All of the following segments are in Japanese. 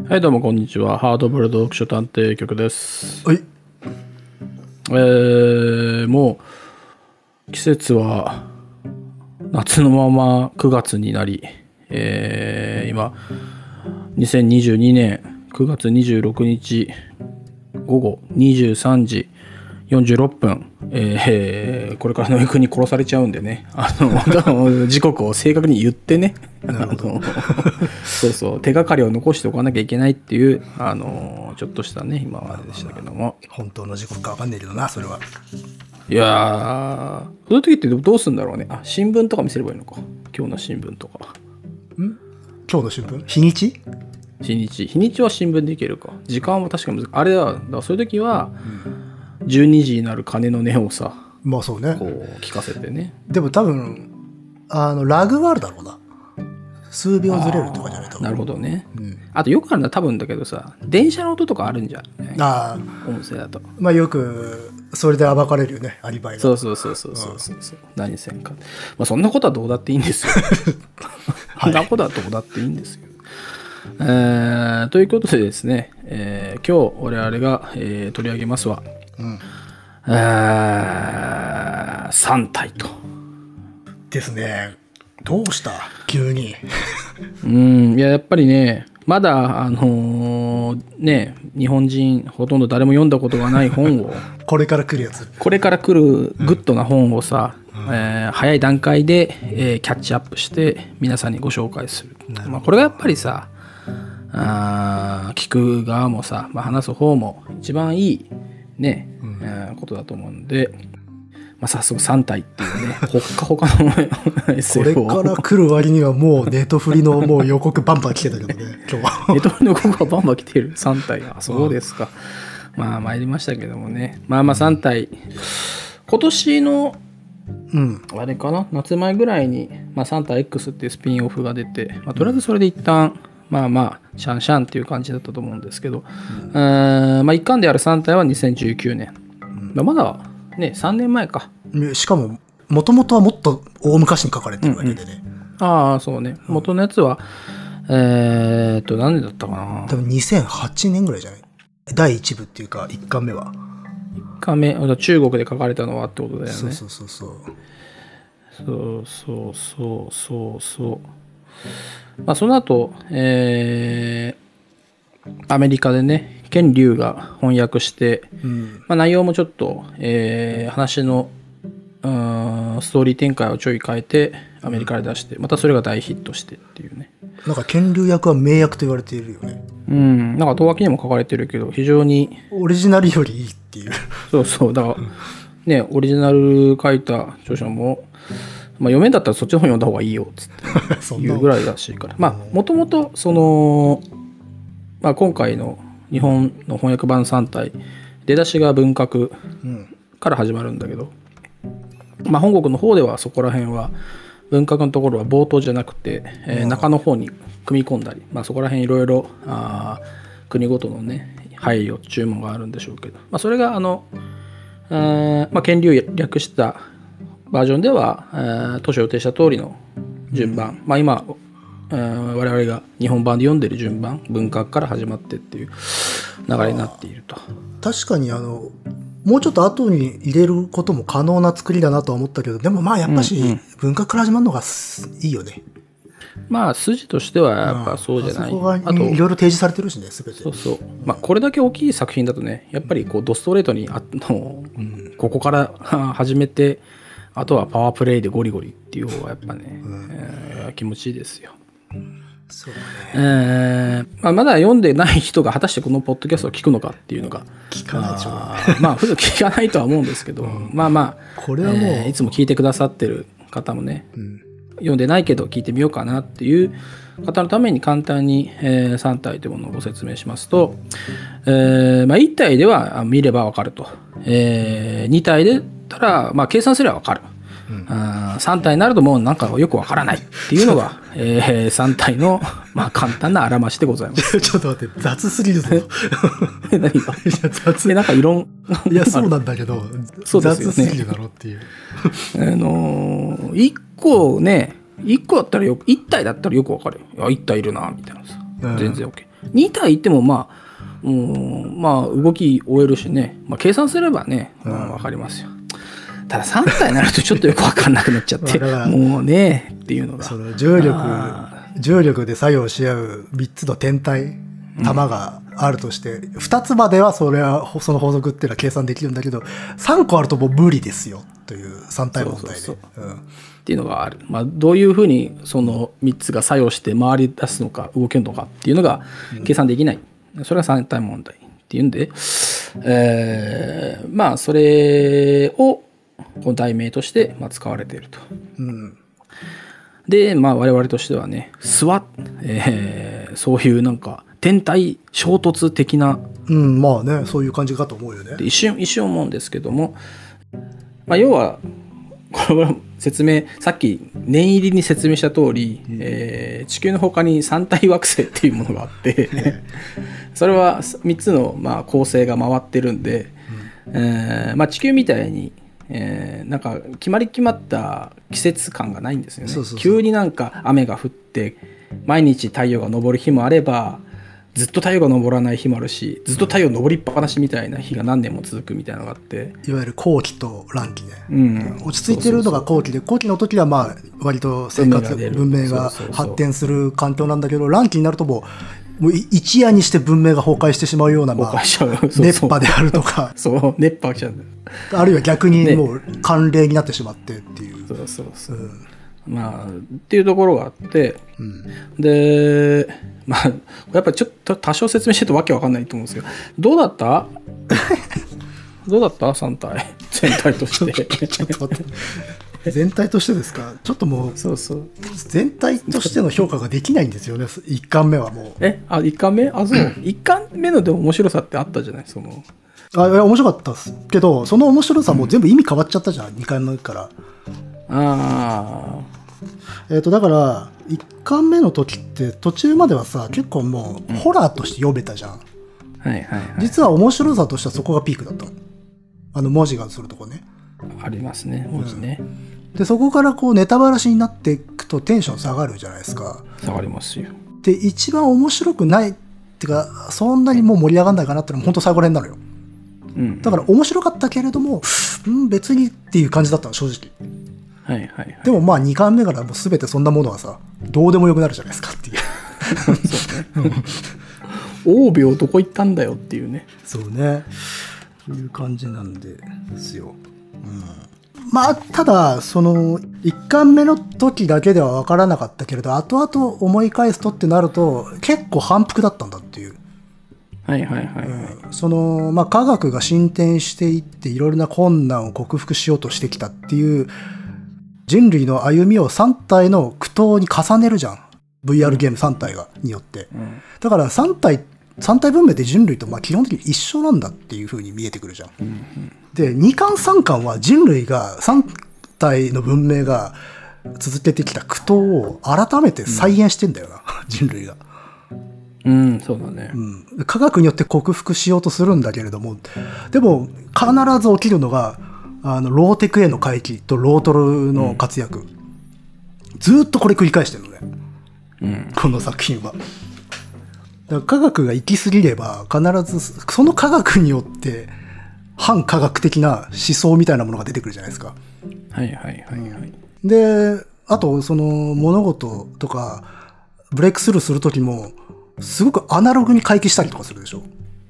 はいどうもこんにちは。ハードボイルド読書探偵局です。 はい。 もう季節は夏のまま9月になり、今2022年9月26日午後23時46分、これから野井くんに殺されちゃうんでね、時刻を正確に言ってね、そうそう手がかりを残しておかなきゃいけないっていうちょっとしたね今まででしたけども、 本当の時刻か分かんないけどな、それは。 いやー、そういう時ってどうするんだろうね。新聞とか見せればいいのか。今日の新聞とか。 今日の新聞？日にち？ 日にちは新聞でいけるか。時間は確かにあれだからそういう時は、12時になる鐘の音をさ、 まあそうね。 こう聞かせてね。 でも多分ラグはあるだろうな。数秒ずれるとかじゃないと。 なるほどね。あとよくあるのは多分だけどさ、電車の音とかあるんじゃん、ね。音声だと。 まあよくそれで暴かれるよね、アリバイが。 そう。何せんか。まあそんなことはどうだっていいんですよ。そんなことはどうだっていいんですよ。ということでですね、今日我々が、取り上げますは、3体と。 ですね。どうした急に。 いややっぱりね、まだね、日本人ほとんど誰も読んだことがない本をこれから来るやつ。 これから来るグッドな本をさ、早い段階で、キャッチアップして皆さんにご紹介する。まあ、これがやっぱりさ、聞く側もさ、話す方も一番いいね、ことだと思うんで、早速3体っていうね、ほっかほかの SF をこれから来る割にはもうネトフリのもう予告バンバン来てたけどね、今日は。 ネトフリの予告がバンバン来てる3体。そうですか。参りましたけどもね。3体。今年のあれかな、夏前ぐらいに、サンタ X っていうスピンオフが出て、とりあえずそれで一旦シャンシャンっていう感じだったと思うんですけど、一巻である3体は2019年、まだね3年前か。 しかももともとはもっと大昔に書かれてるわけでね。 そうね、元のやつは何年だったかな。 多分2008年ぐらいじゃない？第1部っていうか1巻目は。 1巻目中国で書かれたのはってことだよね。そうその後、アメリカでねケン・リュウが翻訳して、内容もちょっと、話のストーリー展開をちょい変えてアメリカで出して、またそれが大ヒットしてっていうね。 なんかケン・リュウ役は名役と言われているよね。 なんか遠脇にも書かれてるけど非常にオリジナルよりいいっていう。 そうだからね、オリジナル書いた著者も、読めんだったらそっちの本読んだ方がいいよっつって言うぐらいらしいからもともとその、今回の日本の翻訳版3体出だしが文革から始まるんだけど、本国の方ではそこら辺は文革のところは冒頭じゃなくて、中の方に組み込んだり、そこら辺いろいろ国ごとのね配慮注文があるんでしょうけど、それが権利を略したバージョンでは当初予定した通りの順番、今我々が日本版で読んでる順番、文革から始まってっていう流れになっていると。 確かにもうちょっと後に入れることも可能な作りだなとは思ったけど、でもやっぱし文革から始まるのがいいよね。 筋としてはやっぱそうじゃない。 そこがいろいろ提示されてるしね、全て。 そう。これだけ大きい作品だとね、やっぱりこうドストレートにここから始めて、あとはパワープレイでゴリゴリっていう方がやっぱね、気持ちいいですよ。 そうだね。 まだ読んでない人が果たしてこのポッドキャストを聞くのかっていうのが聞かないでしょ。 普段聞かないとは思うんですけど、 これはもう、 いつも聞いてくださってる方もね、読んでないけど聞いてみようかなっていう方のために簡単に、3体というものをご説明しますと、1体では見ればわかると、2体でたら、計算すればわかる、3体になるともうなんかよくわからないっていうのが、3体の、簡単なあらましでございます。 ちょっと待って、雑すぎるぞ。 何が雑なんか異論いやそうなんだけど、 そうですよね、 雑すぎるだろうっていう。 1個ね、1個だったら1体だったらよくわかるよ。1体いるなみたいなさ、全然 OK。 2体いってもまあ動き終えるしね、まあ、計算すればね、分かりますよ。ただ3体になるとちょっとよく分かんなくなっちゃってもうねっていうのが、 その重力で作用し合う3つの天体玉があるとして、2つまではその法則っていうのは計算できるんだけど、3個あるともう無理ですよという3体問題で。 っていうのがある。まあ、どういうふうにその3つが作用して回り出すのか動けるのかっていうのが計算できない。それが3体問題っていうんで、まあそれをこの題名として使われていると。で、まあ我々としてはね、そういうなんか天体衝突的な、 まあね、そういう感じかと思うよね。 一瞬思うんですけども、まあ、要はこれはさっき念入りに説明した通り、地球の他に3体惑星っていうものがあってそれは3つの構成が回ってるんで、地球みたいに、なんか決まった季節感がないんですよね。急になんか雨が降って毎日太陽が昇る日もあれば、ずっと太陽が昇らない日もあるし、ずっと太陽昇りっぱなしみたいな日が何年も続くみたいなのがあって、 いわゆる後期と乱期ね、落ち着いてるのが後期で、後期の時はまあ割と文明が発展する環境なんだけど、乱期になるともう一夜にして文明が崩壊してしまうような、熱波であるとか熱波が来ちゃうんだよ。 あるいは逆にもう寒冷になってしまってっていう、 まあっていうところがあって、でまあやっぱりちょっと多少説明してるとわけわかんないと思うんですけど、どうだった3体全体としてちょっと待って全体としてですか。ちょっともう全体としての評価ができないんですよね。1巻目はもう 1巻目そう1巻目のでも面白さってあったじゃない。 面白かったですけど、その面白さも全部意味変わっちゃったじゃん、2巻目から。だから1巻目の時って途中まではさ、結構もうホラーとして読めたじゃん。実は面白さとしてはそこがピークだったの。文字がするとこね。 ありますね、文字ね。 でそこからこうネタバラシになっていくとテンション下がるじゃないですか。 下がりますよ。 で一番面白くないっていうか、そんなにもう盛り上がんないかなってのも本当最後らへんなのよ。だから面白かったけれども、別にっていう感じだったの正直。でもまあ2巻目からもう全てそんなものはさ、どうでもよくなるじゃないですかっていう王病どこ行ったんだよっていうね。 そうね、そういう感じなんですよ。まあただその1巻目の時だけでは分からなかったけれど、後々思い返すとってなると結構反復だったんだっていう。その科学が進展していっていろいろな困難を克服しようとしてきたっていう人類の歩みを3体の苦闘に重ねるじゃん、 VR ゲーム3体によって、だから3体文明って人類と基本的に一緒なんだっていう風に見えてくるじゃん。で2巻3巻は人類が3体の文明が続けてきた苦闘を改めて再現してんだよな、人類が。 そうだね。 科学によって克服しようとするんだけれども、でも必ず起きるのがローテクへの回帰とロートルの活躍、ずっとこれ繰り返してるのね、この作品は。だから科学が行き過ぎれば必ずその科学によって反科学的な思想みたいなものが出てくるじゃないですか。であとその物事とかブレイクスルーする時もすごくアナログに回帰したりとかするでしょ。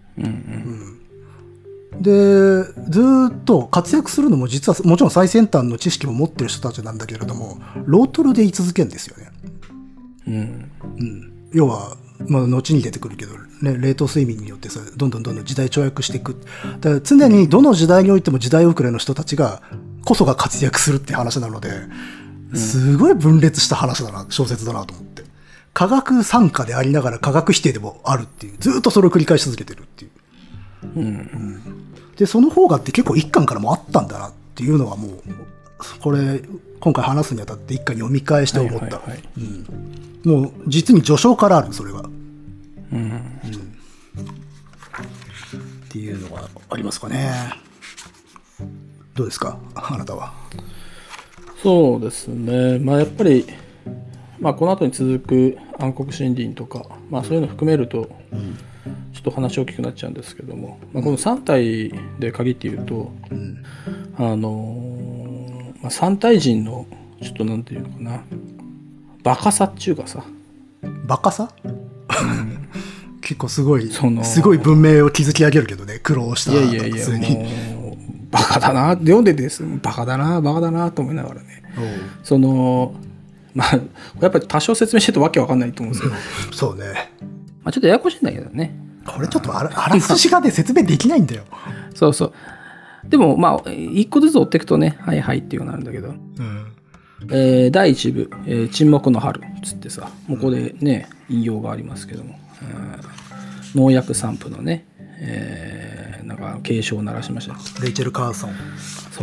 でずっと活躍するのも実はもちろん最先端の知識を持ってる人たちなんだけれども、ロートルで居続けるんですよね。要は、後に出てくるけど、ね、冷凍睡眠によってさ、どんどん時代跳躍していく。だから常にどの時代においても時代遅れの人たちがこそが活躍するって話なので、すごい分裂した話だな、小説だなと思って。科学参加でありながら科学否定でもあるっていう、ずっとそれを繰り返し続けてるっていう。でその方がって結構一巻からもあったんだなっていうのはもうこれ今回話すにあたって一巻読み返して思った。もう実に序章からあるそれが、っていうのがありますかね。どうですかあなたは。 そうですね、やっぱりまあ、この後に続く暗黒森林とか、まあ、そういうの含めるとちょっと話大きくなっちゃうんですけども、まあ、この3体で限って言うと、まあ、3体人のちょっとなんていうのかな、バカさっちゅうかさ、 バカさ、結構すごい文明を築き上げるけどね、苦労した。 いやもうバカだな、読んでてバカだなと思いながらね、まあやっぱり多少説明してるとわけわかんないと思うんですけどそうね、 まあ、ちょっとややこしいんだけどね、これちょっとあらすじがね説明できないんだよそうでもまあ一個ずつ追っていくとね、はいはいっていうのがあるんだけど、第1部、沈黙の春つってさ、もうここでね引用がありますけども、農薬散布のね、なんか警鐘を鳴らしました。 レイチェル・カーソン。 そう、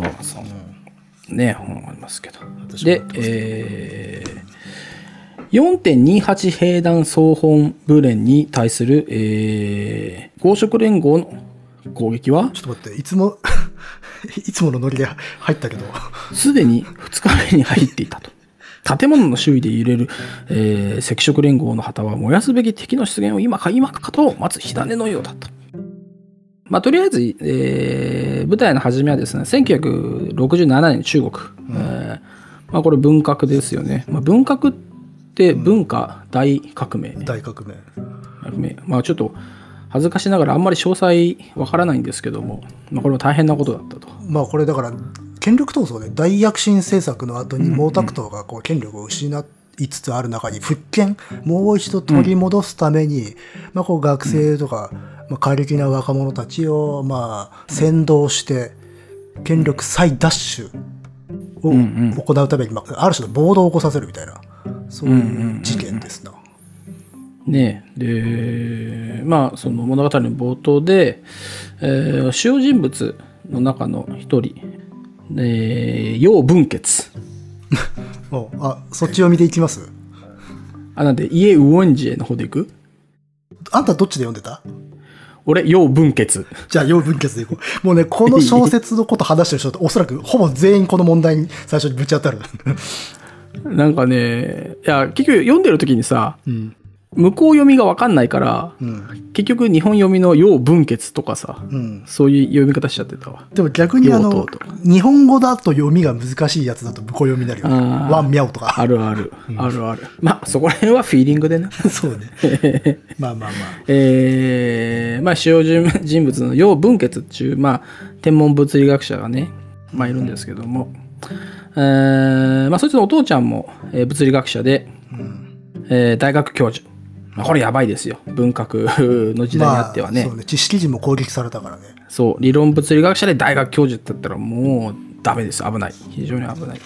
ね、本ありますけど。で、4.28 兵団総本部連に対する、公職連合の攻撃は、 ちょっと待って、いつものノリで入ったけど、 すでに2日目に入っていたと。建物の周囲で揺れる、赤色連合の旗は燃やすべき敵の出現を今かと待つ火種のようだった。まあ、とりあえず、舞台の始めはですね、1967年中国。まあ、これ文革ですよね。まあ、文革って文化大革命。まあ、ちょっと恥ずかしながらあんまり詳細わからないんですけども、まあ、これも大変なことだったと。 まあ、これだから権力闘争で大躍進政策の後に毛沢東がこう権力を失いつつある中に復権、もう一度取り戻すために、まあ、こう学生とか、過激な若者たちをまあ扇動して権力再奪取を行うために、ある種の暴動を起こさせるみたいな、そういう事件ですな。 ねえ、でまあその物語の冒頭で、主要人物の中の一人、楊文傑そっち読みでいきます？ なんでイエ・ウォンジェの方でいく？ あんたどっちで読んでた？ 俺、楊文傑。じゃあ、楊文傑でいこう。もうね、この小説のこと話してる人っておそらくほぼ全員この問題に最初にぶち当たる。 なんかね、いや、結局読んでる時にさ、向こう読みが分かんないから、結局日本読みの楊文傑とかさ、そういう読み方しちゃってたわ。 でも逆に日本語だと読みが難しいやつだと向こう読みになるよね。ワンミャオとか。 ある。まあそこら辺はフィーリングでね。 そうね。まあ。 まあ主要人物の楊文傑っていう、まあ天文物理学者がね、まあいるんですけども、まあそいつのお父ちゃんも、物理学者で、大学教授。これやばいですよ、文革の時代にあってはね。 そうね、知識人も攻撃されたからね。 そう、理論物理学者で大学教授って言ったらもうダメです、危ない、非常に危ない。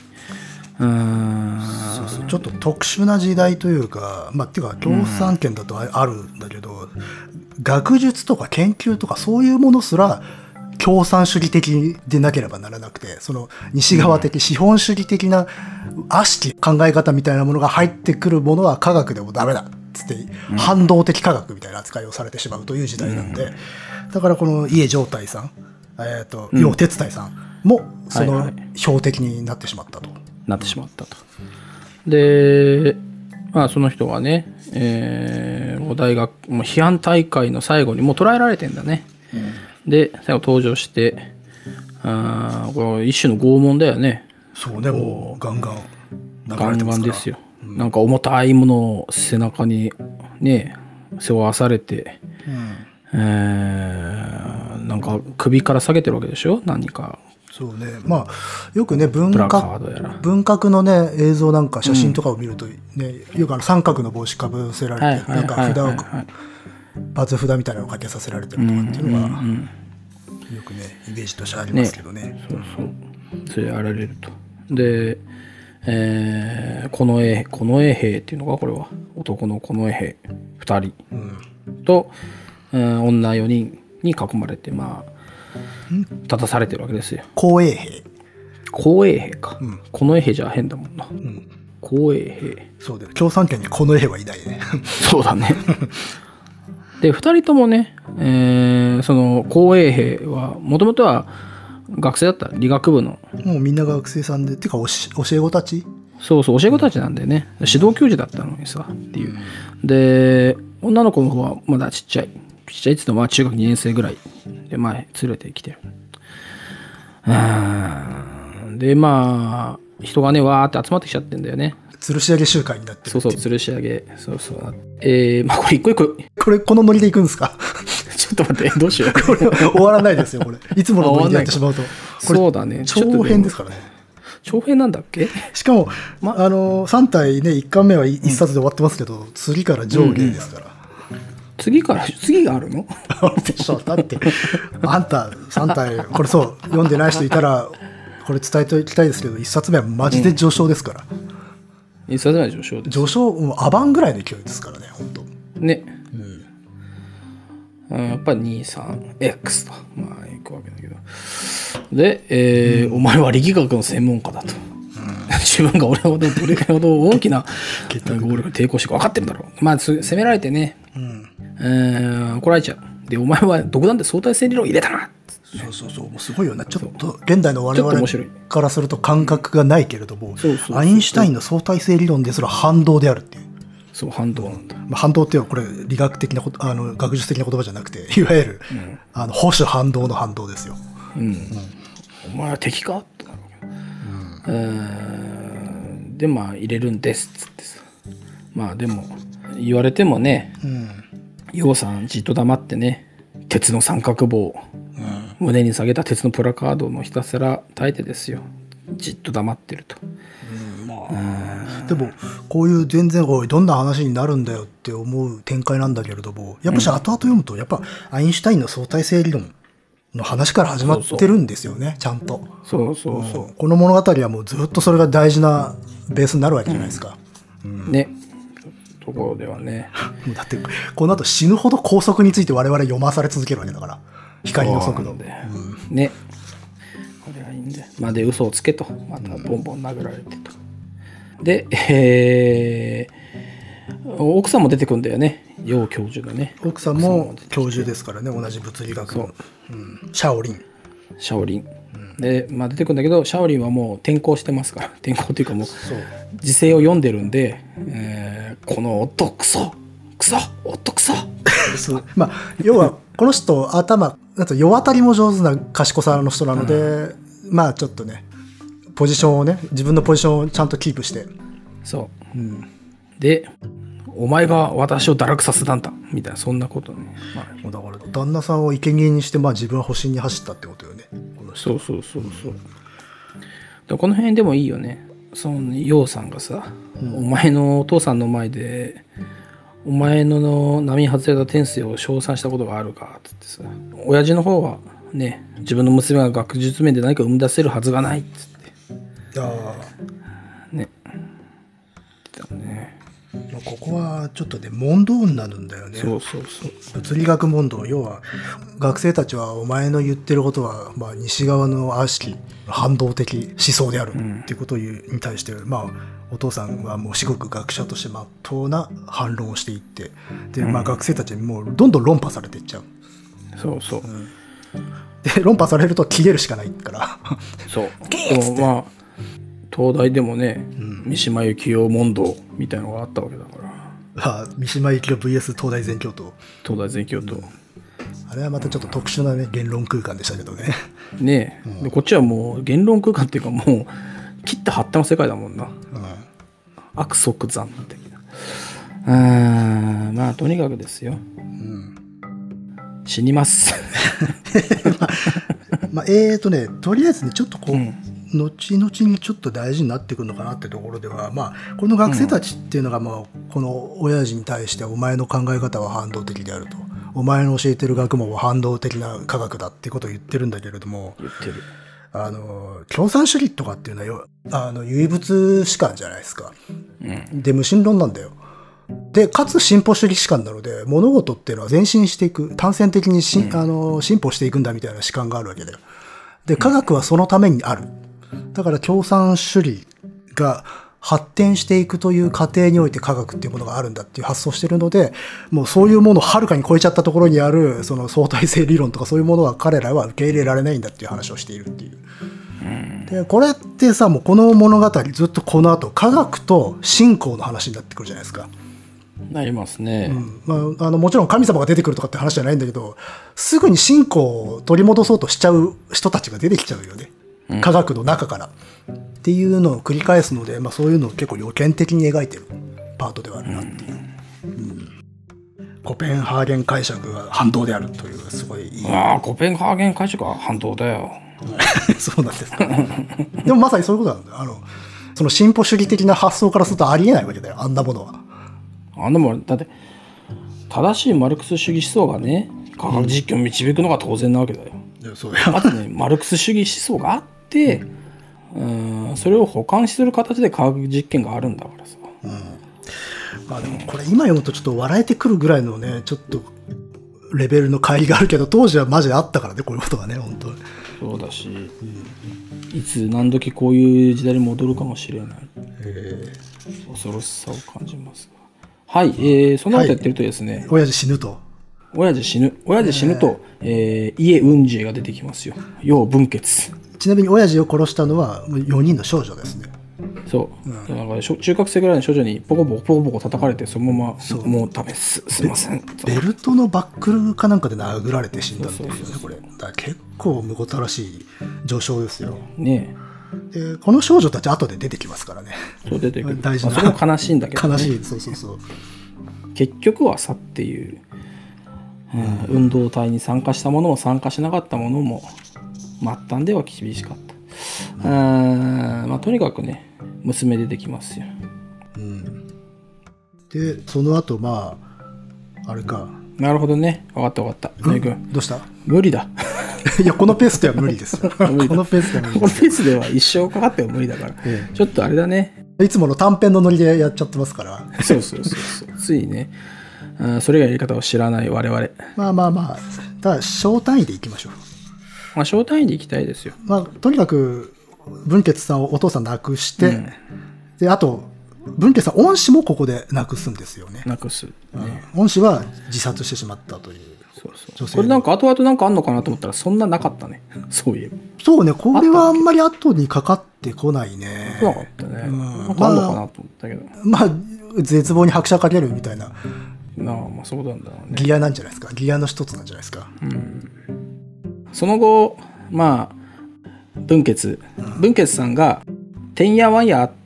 そうちょっと特殊な時代というか、っていうか共産圏だとあるんだけど、学術とか研究とかそういうものすら共産主義的でなければならなくて、その西側的、資本主義的な悪しき考え方みたいなものが入ってくるものは科学でもダメだつって、反動的科学みたいな扱いをされてしまうという時代なんで、だからこの家正太さん、楊哲太さんもその標的になってしまったと。 で、まあその人はね、大学批判大会の最後にもう捕らえられてんだね。で最後登場して、これ一種の拷問だよね。 そうね、もうガンガンですよ。なんか重たいものを背中にね背負わされて、なんか首から下げてるわけでしょ、何か。 そうね、よくね文革のね映像なんか写真とかを見るとね、よく三角の帽子かぶせられて、なんか札を罰札みたいなのをかけさせられてるとかっていうのが、よくねイメージとしてありますけどね。 それやられると。で、近衛兵っていうのが、これは男の近衛兵2人と、女4人に囲まれて立たされてるわけですよ。 近衛兵か、近衛兵じゃ変だもんな。近衛兵、 そうだよ、共産圏に近衛兵はいないね。 そうだね。で2人ともね、その近衛兵はもともとは学生だった、理学部の。 もうみんな学生さんで、てか教え子たち。 そうそう、教え子たちなんでね、指導教授だったのにさっていう。で、女の子の方はまだちっちゃいって言ってもまあ中学2年生ぐらいで前連れてきてる。でまあ人がねわーって集まってきちゃってんだよね。 吊るし上げ集会になってる。 そうそう、吊るし上げ。そうそう。まあこれ一個一個。 このノリでいくんですか？ ちょっと待って、どうしよう。 これ終わらないですよ、これ。いつものノリでやってしまうと。 そうだね。 長編ですからね。 長編なんだっけ？ しかも、3体ね、1巻目は1冊で終わってますけど、次から上下ですから。 次があるの？ でしょ。だって、あんた3体、これそう、読んでない人いたら、これ伝えておきたいですけど、1冊目はマジで序章ですから。 1冊目は序章です。 序章、もうアバンぐらいの勢いですからね、本当。 ね。やっぱり 2,3X と、まあ、いくわけだけど。で、お前は力学の専門家だと。自分が俺ほどどれくらいほど大きな暴力に抵抗して分かってるんだろう。まあ、責められてね、怒られちゃう。で、お前は独断で相対性理論を入れたな。 そう、もうすごいよね。ちょっと現代の我々からすると感覚がないけれども、アインシュタインの相対性理論ですら反動であるっていう。 そう、反動なんだ。 反動っていうのはこれ理学的な学術的な言葉じゃなくて、いわゆる、保守反動の反動ですよ。 お前は敵かってなるわけ。でまあ入れるんですっつってさ。まあでも言われてもね、楊さんじっと黙ってね、鉄の三角棒、胸に下げた鉄のプラカードのひたすら耐えてですよ、じっと黙ってると。 でもこういう全然どんな話になるんだよって思う展開なんだけれども、やっぱし後々読むとやっぱアインシュタインの相対性理論の話から始まってるんですよね。ちゃんと。 そう、 この物語はもうずっとそれが大事なベースになるわけじゃないですか。 ね。ところではね。 だってこの後死ぬほど高速について我々読まされ続けるわけだから、光の速度で。 ね。これはいいんだよ。まあで嘘をつけと、またボンボン殴られてと。で、奥さんも出てくるんだよね。楊教授のね。 奥さんも教授ですからね、同じ物理学の。シャオリン。で、まあ、出てくるんだけど、シャオリンはもう転校してますから、転校っていうかもう時勢を読んでるんで、この夫クソ夫クソまあ要はこの人世渡りも上手な賢さの人なので、まあちょっとね自分のポジションをちゃんとキープして、 そう、でお前が私を堕落させたんだみたいな、そんなことね、 だから旦那さんを生贄にして、まあ自分は保身に走ったってことよね、この人。 そうでこの辺でもいいよね。その楊さんがさ、お前のお父さんの前でお前の並外れた天性を称賛したことがあるかっつってさ、親父の方はね、自分の娘が学術面で何か生み出せるはずがないっつってね。 ここはちょっとね問答になるんだよね。 そう物理学問答。要は学生たちはお前の言ってることは、まあ、西側の悪しき反動的思想であるっていうことに対して、まあお父さんはもう至極学者として真っ当な反論をしていって、で、まあ、学生たちにもうどんどん論破されていっちゃう。で論破されると消えるしかないからそうでもまあ東大でもね、三島由紀夫問答みたいなのがあったわけだから。 三島由紀夫 VS 東大全教頭。あれはまたちょっと特殊なね言論空間でしたけどね。 ねえ、でこっちはもう言論空間っていうかもう切った貼ったの世界だもんな。悪即残的な。まあとにかくですよ。死にます。 とりあえずねちょっとこう。後々にちょっと大事になってくるのかなってところでは、まあ、この学生たちっていうのが、まあ、この親父に対してお前の考え方は反動的であると、お前の教えてる学問は反動的な科学だっていうことを言ってるんだけれども、共産主義とかっていうのは唯物主観じゃないですか。で無神論なんだよ。でかつ進歩主義主観なので、物事っていうのは前進していく、単線的に進歩していくんだみたいな主観があるわけだよ。で科学はそのためにある。だから共産主義が発展していくという過程において科学っていうものがあるんだっていう発想してるので、もうそういうものをはるかに超えちゃったところにあるその相対性理論とかそういうものは彼らは受け入れられないんだっていう話をしているっていう。 でこれってさ、もうこの物語ずっとこの後科学と信仰の話になってくるじゃないですか。 なりますね。 もちろん神様が出てくるとかって話じゃないんだけど、すぐに信仰を取り戻そうとしちゃう人たちが出てきちゃうよね、科学の中からっていうのを繰り返すので、そういうのを結構予見的に描いてるパートではあるなっていう、コペンハーゲン解釈が反動であるという、すごいいい。 コペンハーゲン解釈は反動だよ。 そうなんですか。でもまさにそういうことなんだよ。その進歩主義的な発想からするとありえないわけだよ、あんなものは。 だって正しいマルクス主義思想がね、科学実験を導くのが当然なわけだよ。まずね、マルクス主義思想があって、それを補完する形で科学実験があるんだからさ。 でもこれ今読むとちょっと笑えてくるぐらいのね、ちょっとレベルの乖離があるけど、当時はマジであったからね、こういうことがね、本当に。 そうだし、いつ何時こういう時代に戻るかもしれない、恐ろしさを感じますが。はい、その後やってるとですね、 親父死ぬと、 家雲次が出てきますよ。要分血。 ちなみに親父を殺したのは4人の少女ですね。 そう、だから中学生ぐらいの少女にポコポコ叩かれて、そのままもうダメすいません、 ベルトのバックルかなんかで殴られて死んだっていうね、これだから結構むごたらしい序章ですよね。 でこの少女たち後で出てきますからね。 そう出てくる。 大事な、 それも悲しいんだけど、ね、 悲しい。そう結局はさっていう、運動体に参加したものも参加しなかったものも末端では厳しかった。とにかくね、娘出てきますよ。 でその後あれか。 なるほどね。分かった。 どうした？ 無理だ。 いや、このペースでは無理ですよ。このペースでは一生かかっても無理だから、ちょっとあれだね。 いつもの短編のノリでやっちゃってますから。 そうついね、それがやり方を知らない我々。 ただ小単位でいきましょう。 小単位でいきたいですよ。 とにかく文傑さんをお父さん亡くして、であと文傑さん恩師もここで亡くすんですよね。恩師は自殺してしまったという。 これなんか後々なんかあんのかなと思ったら、そんななかったね。そういえば。 そうね、これはあんまり後にかかってこないね。 なかったね。なんかあんのかなと思ったけど。 絶望に拍車かけるみたいな。 そうなんだろうね。 ギアなんじゃないですか。ギアの一つなんじゃないですか。 その後、文傑さんがてんやわんやあって、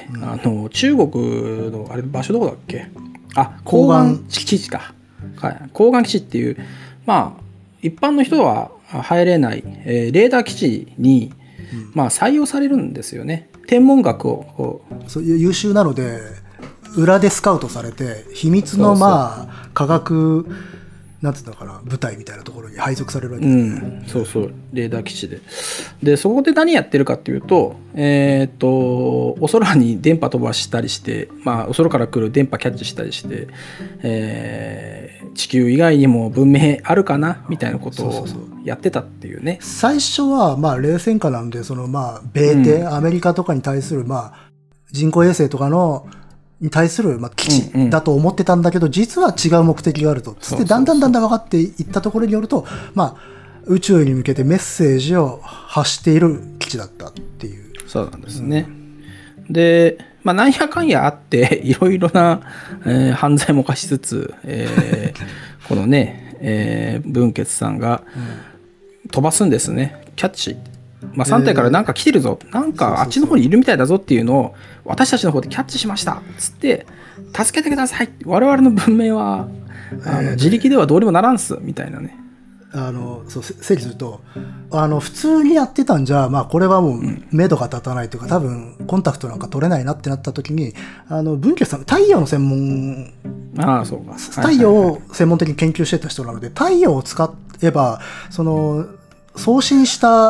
中国の場所どこだっけ？高岩基地か。高岩基地っていう、一般の人は入れない、レーダー基地に、採用されるんですよね。天文学をそういう優秀なので裏でスカウトされて、秘密の科学なんていうのかな、部隊みたいなところに配属されるわけですね。 レーダー基地でそこで何やってるかっていうと、お空に電波飛ばしたりして、お空から来る電波キャッチしたりして、地球以外にも文明あるかなみたいなことをやってたっていうね。 最初は冷戦下なんで、米帝、アメリカとかに対する人工衛星とかに対する基地だと思ってたんだけど、実は違う目的があると。そしてだんだん分かっていったところによると、宇宙に向けてメッセージを発している基地だったっていう。 そうなんですね。で、なんやかんやあっていろいろな、犯罪も犯しつつ、このね、文傑さんが飛ばすんですね。キャッチ。3体からなんか来てるぞ、なんかあっちの方にいるみたいだぞっていうのを私たちの方でキャッチしましたつって助けてください、我々の文明は自力ではどうにもならんっすみたいなね。 整理すると普通にやってたんじゃ、これはもう目処が立たないというか、多分コンタクトなんか取れないなってなった時に、文傑さん太陽の専門、太陽を専門的に研究してた人なので、太陽を使えば送信した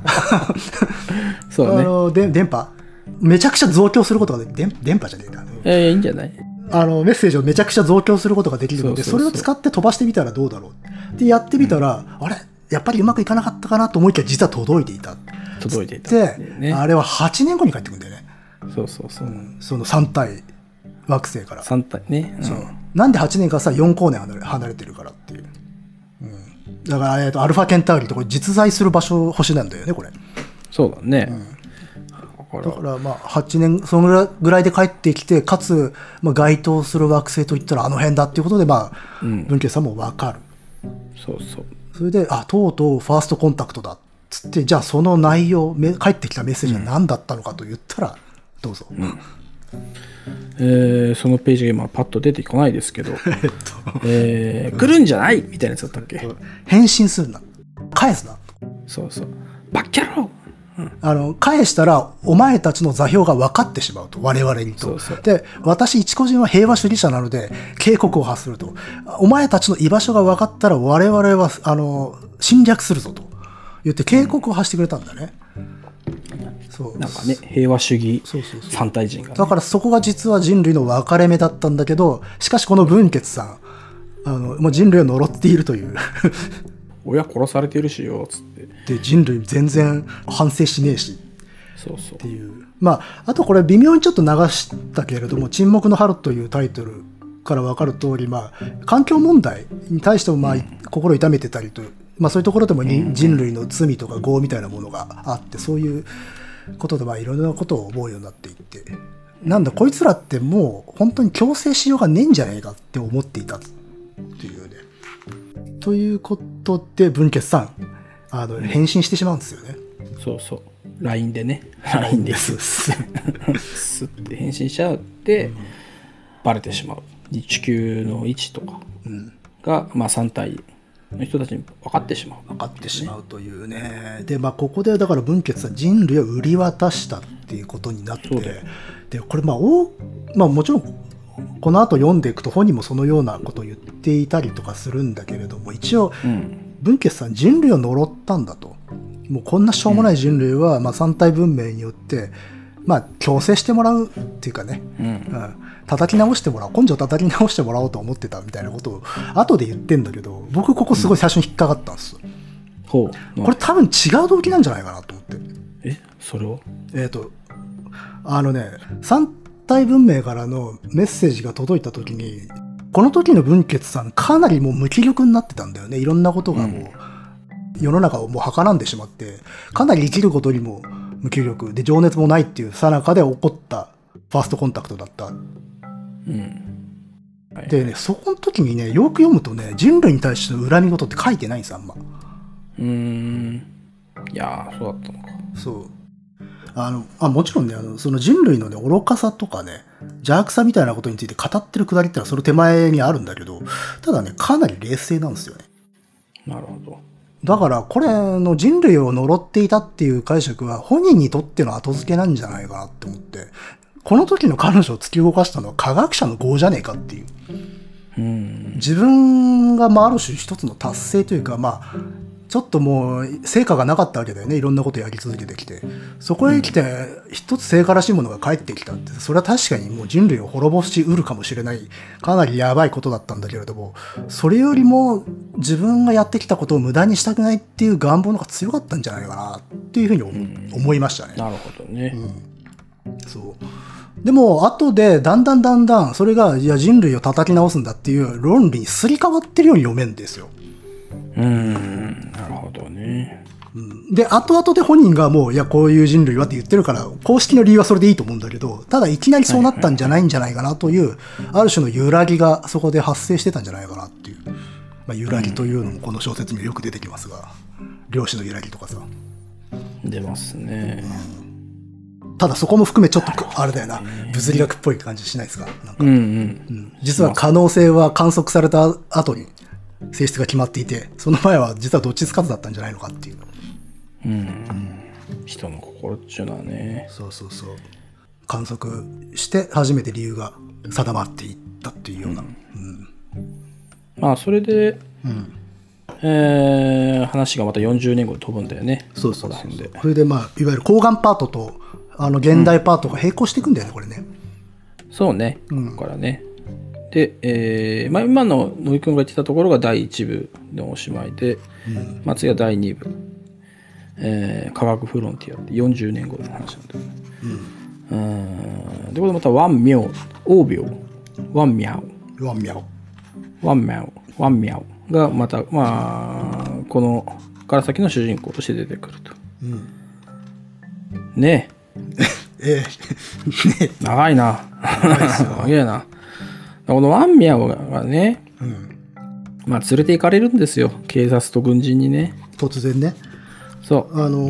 電波めちゃくちゃ増強することができる。電波じゃねえか、 いいんじゃない。 メッセージをめちゃくちゃ増強することができるので、それを使って飛ばしてみたらどうだろうってやってみたら、あれやっぱりうまくいかなかったかなと思いきや、実は届いていたで、あれは8年後に帰ってくるんだよね。その3体惑星から 3体ね、 なんで8年かさ、4光年離れてるからっていう。だからアルファケンタウリとこれ実在する場所星なんだよね、これ。 そうだね。 からだからまあ8年そのぐらいで帰ってきて、かつまあ該当する惑星といったらあの辺だっていうことで、まあ文慶さんも分かる。 そうそう。 それでとうとうファーストコンタクトだっつって、じゃあその内容、帰ってきたメッセージは何だったのかと言ったら、どうぞ。 そのページが今パッと出てこないですけど、来るんじゃないみたいなやつだったっけ。 返信するな、返すな。 そうそう。バッキャロー。 返したらお前たちの座標が分かってしまうと、我々にと。 そうそう。 で、私一個人は平和主義者なので警告を発すると。お前たちの居場所が分かったら我々は侵略するぞと言って警告を発してくれたんだね。そうなんかね、平和主義三体人が、ね、 だからそこが実は人類の分かれ目だったんだけど、しかしこの文傑さんもう人類を呪っているという親殺されてるしよつってで、人類全然反省しねえし、 そうそうっていう。まああとこれ微妙にちょっと流したけれども、沈黙の春というタイトルから分かる通り、まあ環境問題に対してもまあ、心痛めてたりと、まあそういうところでも人類の罪とか業みたいなものがあって、そういうことでまあいろいろなことを思うようになっていって、なんだこいつらってもう本当に強制しようがねえんじゃないかって思っていたっていうね。ということで文傑さん返信してしまうんですよね。 そうそう。LINE でね。LINE です。スッて返信しちゃうって、バレてしまう。地球の位置とかが、まあ3体の人たちに分かってしまう。 分かってしまうというね。で、まあここでだから文傑さん人類を売り渡したっていうことになって、でこれまあもちろんこの後読んでいくと本人もそのようなことを言っていたりとかするんだけれども、一応文傑さん人類を呪ったんだと。もうこんなしょうもない人類は、まあ三体文明によってまあ強制してもらうっていうかね、叩き直してもらおう、根性叩き直してもらおうと思ってたみたいなことを後で言ってんだけど、僕ここすごい最初に引っかかったんです。これ多分違う動機なんじゃないかなと思って。 それを三体文明からのメッセージが届いた時に、この時の文傑さんかなりもう無気力になってたんだよね。いろんなことがもう、世の中をもうはからんでしまって、かなり生きることにも無気力で情熱もないっていう最中で起こったファーストコンタクトだった。でね、そこの時にね、よく読むとね、人類に対しての恨み事って書いてないんです、あんま。 いやー、そうだったのか。 そう。もちろんね、その人類のね、愚かさとかね、邪悪さみたいなことについて語ってるくだりってのはその手前にあるんだけど、ただね、かなり冷静なんですよね。 なるほど。 だから、これの人類を呪っていたっていう解釈は本人にとっての後付けなんじゃないかなって思って、この時の彼女を突き動かしたのは科学者の業じゃねえかっていう。自分がある種一つの達成というか、まあ、ちょっともう成果がなかったわけだよね。いろんなことやり続けてきて。そこへ来て一つ成果らしいものが返ってきたって、それは確かにもう人類を滅ぼしうるかもしれない、かなりやばいことだったんだけれども、それよりも自分がやってきたことを無駄にしたくないっていう願望の方が強かったんじゃないかなっていうふうに思いましたね。 なるほどね。 そう。でも、後で、だんだん、それが、いや、人類を叩き直すんだっていう論理にすり替わってるように読めるんですよ。 なるほどね。 で、後々で本人がもう、いや、こういう人類はって言ってるから、公式の理由はそれでいいと思うんだけど、ただ、いきなりそうなったんじゃないんじゃないかなという、ある種の揺らぎがそこで発生してたんじゃないかなっていう。まあ、揺らぎというのもこの小説にはよく出てきますが、量子の揺らぎとかさ。 出ますね。 ただそこも含めちょっとあれだよな、物理学っぽい感じしないですか。なんか実は可能性は観測された後に性質が決まっていて、その前は実はどっちつかずだったんじゃないのかっていう。 人の心っちゅうのはね。 そう。観測して初めて理由が定まっていったっていうような。 まあそれで、話がまた40年後に飛ぶんだよね。 そう。それでまあいわゆる後眼パートと現代パートが並行していくんだよね、これね。 そうね。ここからね。で、まあ今の野木くんが言ってたところが第1部のおしまいで、まあ次は第2部。科学フロンティアって40年後の話なんだよね。で、これまたワンミャオ、オービオ、ワンミャオがまた、まあ、このから先の主人公として出てくると。ねえ。 ね、 長いな。長いな。このワンミャオがね、まあ連れて行かれるんですよ。警察と軍人にね。 突然ね。 そう。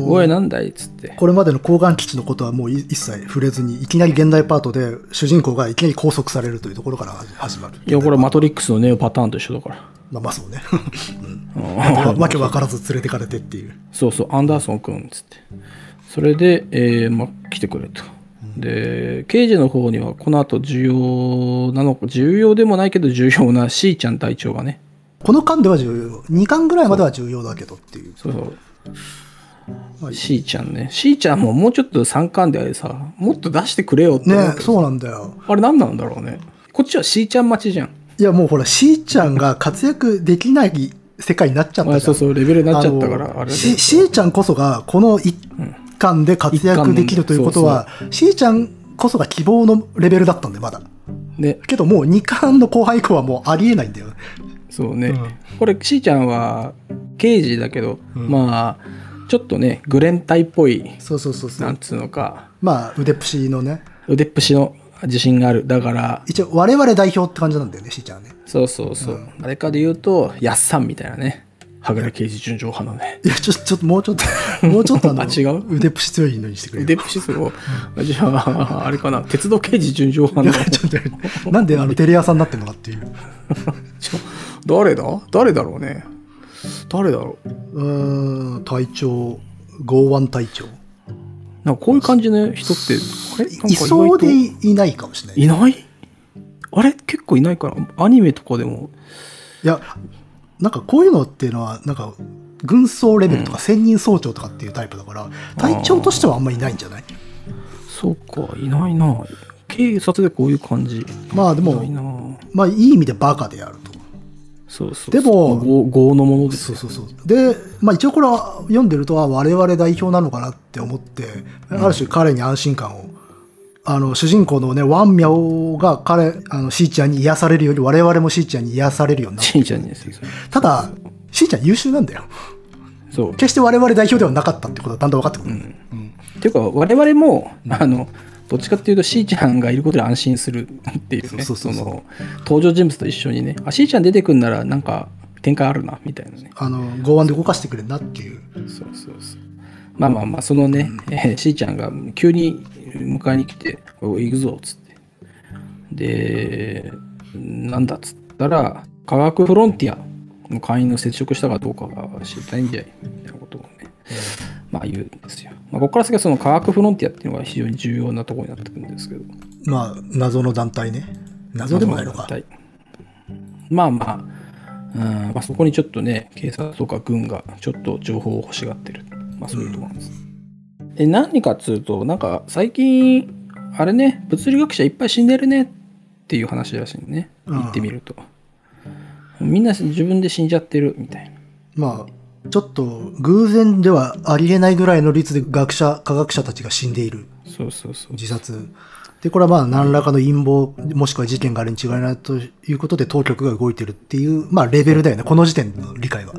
おいなんだいっつって。 これまでの抗がん基地のことはもう一切触れずに、いきなり現代パートで主人公がいきなり拘束されるというところから始まる。 いや、これマトリックスのネオパターンと一緒だから。 まあそうね。わけ分からず連れてかれてっていう。 そうそう、アンダーソン君っつって。それで、まあ、来てくれと。で、刑事の方にはこの後重要でもないけど重要なシーちゃん隊長がね。 この巻では重要。2巻ぐらいまでは重要だけどっていう。 そうそう。シーちゃんね。シーちゃんももうちょっと3巻でさ、もっと出してくれよってね。そうなんだよ。 あれ何なんだろうね。こっちはシーちゃん待ちじゃん。 いやもうほら、シーちゃんが活躍できない世界になっちゃったじゃん。 そうそう、レベルになっちゃったから。あれシーちゃんこそがこの1巻で活躍できるということは、シーちゃんこそが希望のレベルだったんで、まだ。 ね。 けどもう2巻の後半以降はもうありえないんだよ。 そうね。これ、シーちゃんは刑事だけど、まあ、ちょっとね、グレン隊っぽい、なんつうのか。 まあ、腕っぷしのね。 腕っぷしの自信がある。だから。 一応、我々代表って感じなんだよね、しーちゃんはね。 そうそうそう。あれかで言うと、やっさんみたいなね。はぐれ刑事純情派のね。 いや、ちょっと、もうちょっと違う腕っぷし強いのにしてくれ。 腕っぷし強い。じゃあ、あれかな。鉄道刑事純情派の。 ちょっと、なんでテレ朝になってんのかっていう。 誰だろうね。誰だろう。隊長、剛腕隊長。 なんかこういう感じの人って、 あれいそうでいないかもしれない。 いない？あれ結構いないかな。アニメとかでも。 いや、なんかこういうのっていうのは、なんか、軍曹レベルとか専任総長とかっていうタイプだから、隊長としてはあんまりいないんじゃない？ そうか、いないな。警察でこういう感じ。 まあでも、まあいい意味でバカであると。 そうそう。 でも、 業のものです。 そう。で、まあ一応これは読んでるとは我々代表なのかなって思って、ある種彼に安心感を、主人公のね、ワンミャオがシーちゃんに癒されるより、我々もシーちゃんに癒されるようになって。 シーちゃんにですよ。 ただ、シーちゃん優秀なんだよ。 そう。 決して我々代表ではなかったってことはだんだん分かってくる。 っていうか、我々も、どっちかっていうと、しーちゃんがいることで安心するっていうね。登場人物と一緒にね、しーちゃん出てくんなら、なんか、展開あるな、みたいなね。 剛腕で動かしてくれるなっていう。 そう。まあ、そのね、しーちゃんが急に迎えに来て、行くぞ、つって。で、なんだっつったら、科学フロンティアの会員の接触したかどうかが知りたいんじゃいみたいなことをね、まあ言うんですよ。まあ、ここから先はその科学フロンティアっていうのが非常に重要なところになってくるんですけど。 まあ、謎の団体ね。謎でもないのか。 まあ、そこにちょっとね、警察とか軍がちょっと情報を欲しがってる。まあそういうところなんです。何かっつうと、なんか最近、あれね、物理学者いっぱい死んでるねっていう話らしいね。言ってみると。みんな自分で死んじゃってるみたいな。 まあ、ちょっと偶然ではありえないぐらいの率で科学者たちが死んでいる。 そう。 自殺。で、これはまあ何らかの陰謀、もしくは事件があるに違いないということで当局が動いてるっていう、まあレベルだよね。この時点の理解は。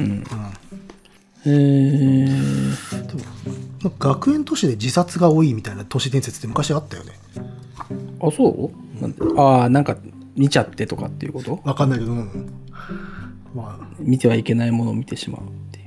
学園都市で自殺が多いみたいな都市伝説って昔あったよね。 あ、そう？なんか見ちゃってとかっていうこと？ わかんないけど、 まあ、見てはいけないものを見てしまうっていう。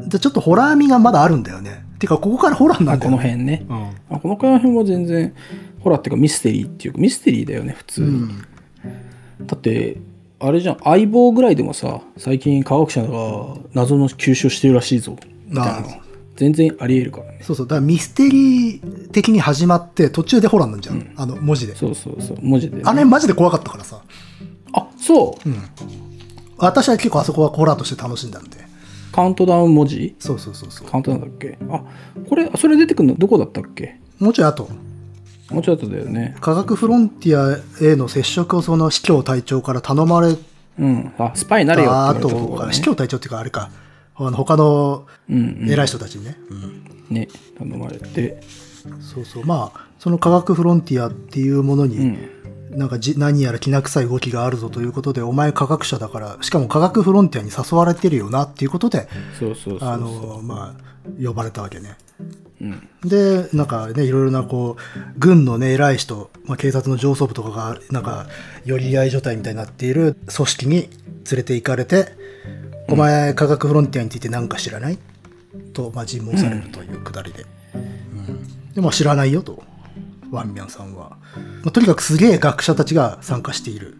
でちょっとホラー味がまだあるんだよね。てかここからホラーなんだよね。 この辺ね。この辺は全然ホラーっていうかミステリーっていうかミステリーだよね普通に。だってあれじゃん、相棒ぐらいでもさ、最近科学者が謎の吸収してるらしいぞみたいなの全然ありえるからね。 そう。だからミステリー的に始まって途中でホラーなんじゃん。文字で。 そう。文字で、ね。 あれマジで怖かったからさ。 あ、そう。 私は結構あそこはホラーとして楽しんだんで。 カウントダウン文字？ そう。 カウントダウンだっけ？それ出てくるのどこだったっけ？ もうちょい後だよね。 科学フロンティアへの接触をその司教隊長から頼まれスパイになれよって言われたところ、ね、 司教隊長っていうかあれか、他の偉い人たちにね、 ね、頼まれて、 そう。まあその科学フロンティアっていうものに、なんか何やらきな臭い動きがあるぞということで、お前科学者だから、しかも科学フロンティアに誘われてるよなっていうことで、まあ呼ばれたわけね。 でなんかねいろいろなこう軍のね偉い人、警察の上層部とかがなんか寄り合い所帯みたいになっている組織に連れて行かれて、お前科学フロンティアについて何か知らないと、尋問されるというくだりで、で知らないよとワンミャンさんは、とにかくすげえ学者たちが参加している、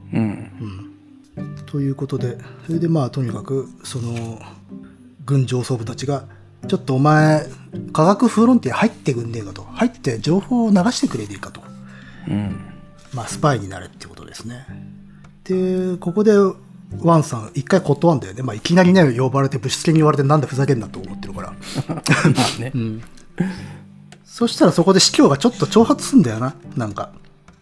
ということで、それでとにかくその軍上層部たちがちょっとお前科学フロンティア入ってくんねえかと、入って情報を流してくれねえかと、スパイになれってことですね。でここでワンさん一回断んだよね。いきなりね呼ばれてぶしつけに言われてなんでふざけんなと思ってるからね、そしたらそこで司教がちょっと挑発すんだよな、なんか、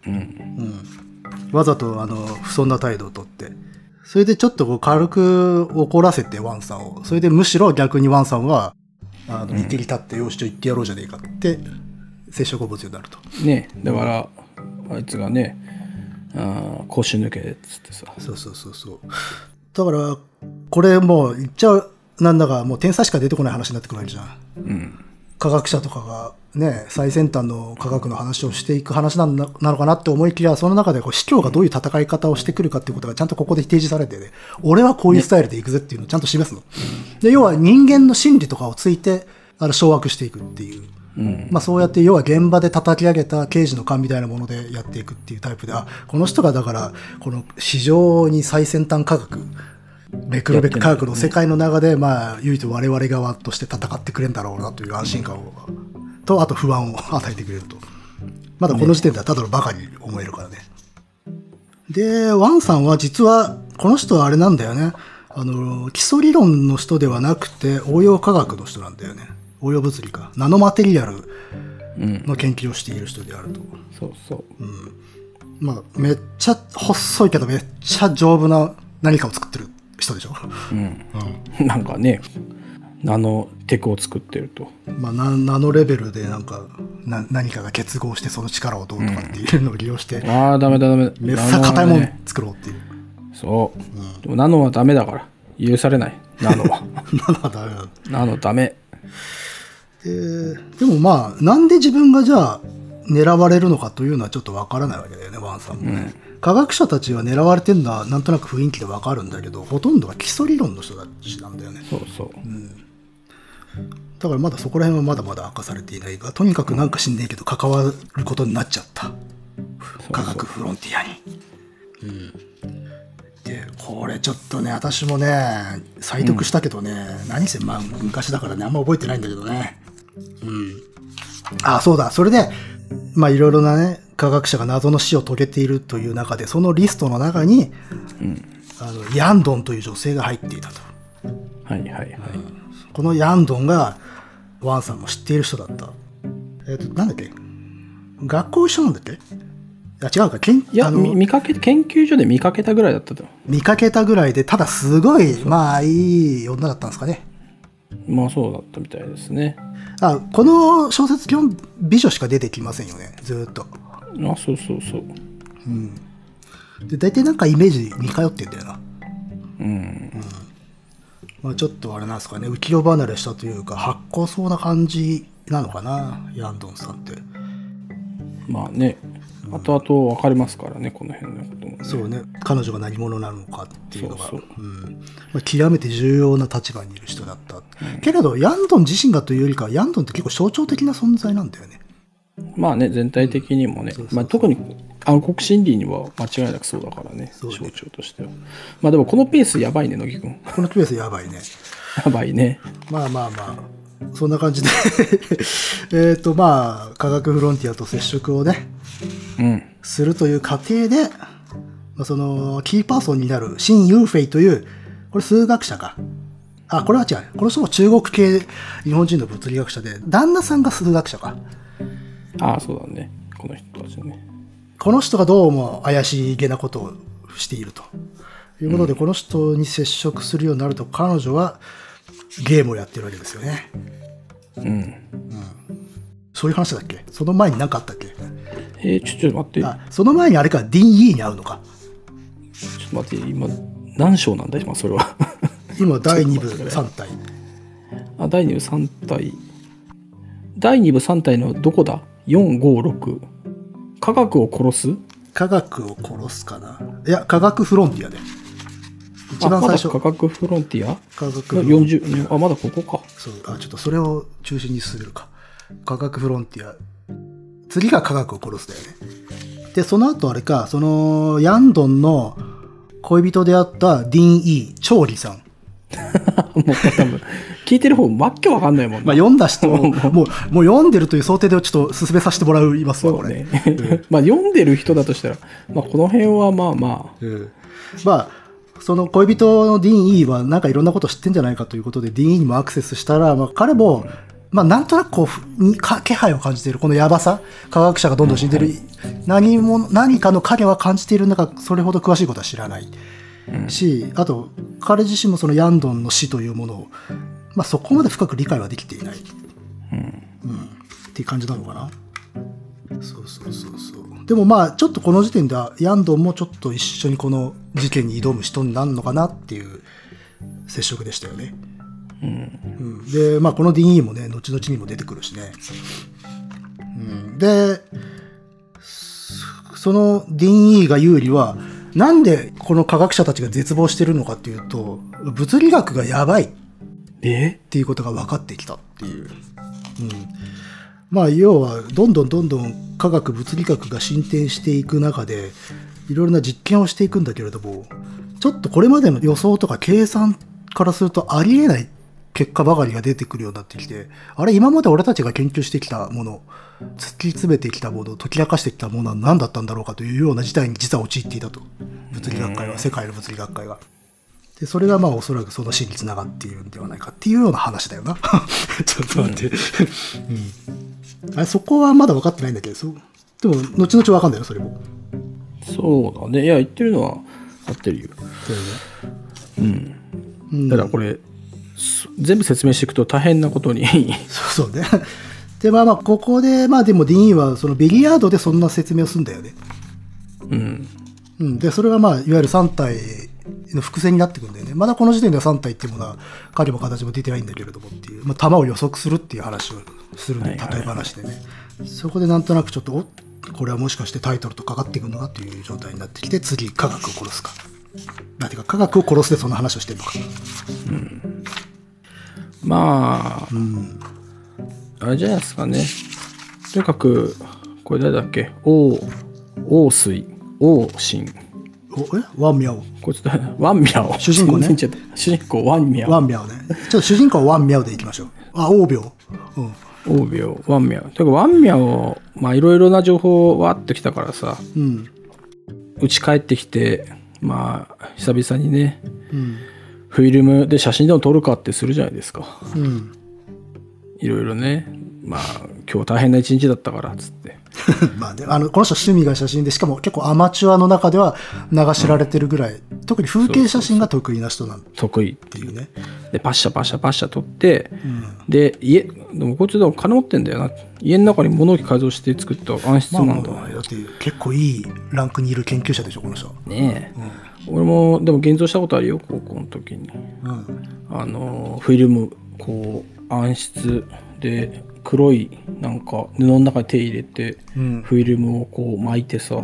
わざと不遜な態度をとって、それでちょっとこう軽く怒らせてワンさんを、それでむしろ逆にワンさんは見切り立ってよしと言ってやろうじゃねえかって接触を没になるとね。だから、あいつがね腰抜けっつってさ、 そうだからこれもう言っちゃなんだかもう天才しか出てこない話になってくるわけじゃん、科学者とかがね最先端の科学の話をしていく話なのかなって思いきや、その中で司教がどういう戦い方をしてくるかっていうことがちゃんとここで提示されてね、俺はこういうスタイルでいくぜっていうのをちゃんと示すの、で要は人間の心理とかをついて掌握していくっていう、そうやって要は現場で叩き上げた刑事の勘みたいなものでやっていくっていうタイプで、この人がだからこの非常に最先端科学めくるべく科学の世界の中で唯一我々側として戦ってくれるんだろうなという安心感を、とあと不安を与えてくれると、まだこの時点ではただのバカに思えるからね。でワンさんは実はこの人はあれなんだよね、基礎理論の人ではなくて応用科学の人なんだよね。応用物理かナノマテリアルの研究をしている人であると、めっちゃ細いけどめっちゃ丈夫な何かを作ってる人でしょ、 なんかねナノテクを作ってると、 ナノレベルで何かが結合してその力をどうとかっていうのを利用して、 ダメめっさ硬いもの作ろうっていう、 でもナノはダメだから許されない、ナノはナノダメでもなんで自分がじゃあ狙われるのかというのはちょっとわからないわけだよね、ワンさんもね、科学者たちは狙われてるのはなんとなく雰囲気でわかるんだけど、ほとんどが基礎理論の人たちなんだよね。だからまだそこら辺はまだまだ明かされていないが、とにかくなんか知んねえけど関わることになっちゃった、科学フロンティアに。でこれちょっとね私もね再読したけどね、何せ昔だからねあんま覚えてないんだけどね。そうだ、それでいろいろなね科学者が謎の死を遂げているという中で、そのリストの中に、ヤンドンという女性が入っていたと。このヤンドンがワンさんも知っている人だった。なんだっけ、学校一緒なんだっけ、違うか、研究所で見かけたぐらいだったと。 見かけたぐらいで、ただすごいいい女だったんですかね。 そうだったみたいですね。 この小説基本美女しか出てきませんよね、ずっと。 そうで大体なんかイメージ似通ってんだよな。ちょっとあれなんですかね、浮世離れしたというか発酵そうな感じなのかな、ヤンドンさんって。 後々分かりますからね、この辺のことも、ね。 そうね、彼女が何者なのかっていうのが極めて重要な立場にいる人だった、けれどヤンドン自身がというよりかは、ヤンドンって結構象徴的な存在なんだよね。 全体的にもね、特に暗黒心理には間違いなくそうだからね、象徴としては。でもこのペースやばいね、乃木くん。 このペースやばいね。 やばいね。 そんな感じで科学フロンティアと接触をね、するという過程で、そのキーパーソンになるシン・ユーフェイという、これ数学者か。これは違う。この人も中国系日本人の物理学者で、旦那さんが数学者か。 そうだね。この人たちね。 この人がどうも怪しげなことをしているということで、この人に接触するようになると、彼女はゲームをやってるわけですよね。そういう話だっけ？その前に何かあったっけ？ ちょっと待って。 その前にあれか、ディン・イーに会うのか。 ちょっと待って、今何章なんだ今それは。 今第2部3体。 第2部3体。 第2部3体のどこだ ?456。科学を殺す？ 科学を殺すかな。いや、科学フロンティアで。一番最初。 まだ科学フロンティア？ 科学フロンティア。 40、まだここか。 そう、ちょっとそれを中心に進めるか。科学フロンティア。次が科学を殺すだよね。で、その後あれか、ヤンドンの恋人であったディーン・イー、調理さん。 もう多分、聞いてる方、わっけわかんないもんね。 まあ読んだ人もう読んでるという想定でちょっと進めさせてもらいますわ、これ。 まあ読んでる人だとしたら、まあこの辺はまあまあ。 まあ、その恋人のディーン・イーはなんかいろんなこと知ってんじゃないかということで、ディーン・イーにもアクセスしたら、まあ彼も、まあなんとなくこう、気配を感じている。このヤバさ、科学者がどんどん死んでる。何かの影は感じているんだが、それほど詳しいことは知らない。し、あと、彼自身もそのヤンドンの死というものを、まあそこまで深く理解はできていない。っていう感じなのかな。そう。でもまあ、ちょっとこの時点では、ヤンドンもちょっと一緒にこの事件に挑む人になるのかなっていう接触でしたよね。で、まあこの DE もね、後々にも出てくるしね。で、その DE が有利は、なんでこの科学者たちが絶望してるのかっていうと、物理学がやばいっていうことが分かってきたっていう。まあ要はどんどん科学物理学が進展していく中でいろいろな実験をしていくんだけれども、ちょっとこれまでの予想とか計算からするとありえない結果ばかりが出てくるようになってきて、あれ今まで俺たちが研究してきたもの、突き詰めてきたもの、解き明かしてきたものは何だったんだろうかというような事態に実は陥っていたと。物理学会は、世界の物理学会が。で、それがまあおそらくその死につながっているんではないかっていうような話だよな。ちょっと待って。あれ、そこはまだ分かってないんだけど、でも、後々分かんないよ、それも。 そうだね。いや、言ってるのは合ってるよ。だからこれ、全部説明していくと大変なことに。 そうね。で、まあここで、まあでもディーンは、そのビリヤードでそんな説明をするんだよね。で、それがまあ、いわゆる3体の伏線になってくるんだよね。まだこの時点では3体っていうものは、影も形も出てないんだけれどもっていう、まあ、弾を予測するっていう話をするんで、例え話でね。そこでなんとなくちょっと、これはもしかしてタイトルとかかってくるのかっていう状態になってきて、次、科学を殺すか。なんていうか、科学を殺すでそんな話をしてるのか。 まあ、あれじゃないですかね。とにかく、これ誰だっけ？王水、王神。 ワンミャオ。 こいつワンミャオ。 主人公ね。 主人公ワンミャオ。 ワンミャオね。ちょっと主人公はワンミャオでいきましょう。王病。 王病、ワンミャオ。てかワンミャオ、まあいろいろな情報わーってきたからさ、うち帰ってきて、まあ久々にね、フィルムで写真でも撮るかってするじゃないですか。いろいろね、まあ今日大変な一日だったからっつって。 まあでこの人趣味が写真で、しかも結構アマチュアの中では名が知られてるぐらい、特に風景写真が得意な人なん得意っていうね。でパッシャ撮って、でもこいつでも金持ってんだよな。家の中に物置改造して作った暗室なんだ。 だって結構いいランクにいる研究者でしょこの人。 ねえ。俺もでも現像したことあるよ、高校の時に。フィルムこう暗室で黒いなんか布の中に手入れて、フィルムをこう巻いてさ。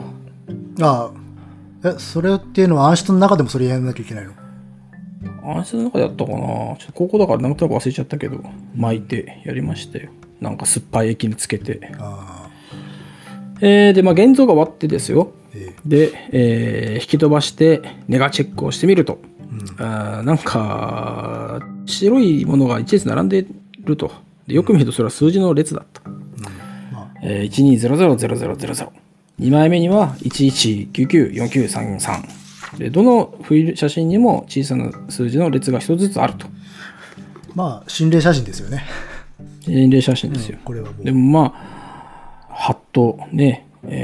それっていうのは暗室の中でもそれやらなきゃいけないの？ 暗室の中でやったかな。ちょっと高校だからなんとなく忘れちゃったけど、巻いてやりましたよ。なんか酸っぱい液につけて。でまあ現像が終わってですよ。で、引き飛ばしてネガチェックをしてみると、なんか白いものが一列並んでると。でよく見るとそれは数字の列だった。12000000。2枚目には11994933。でどの写真にも小さな数字の列が一つずつあると。 まあ心霊写真ですよね。 心霊写真ですよ。 これはもうでもまあハッとね、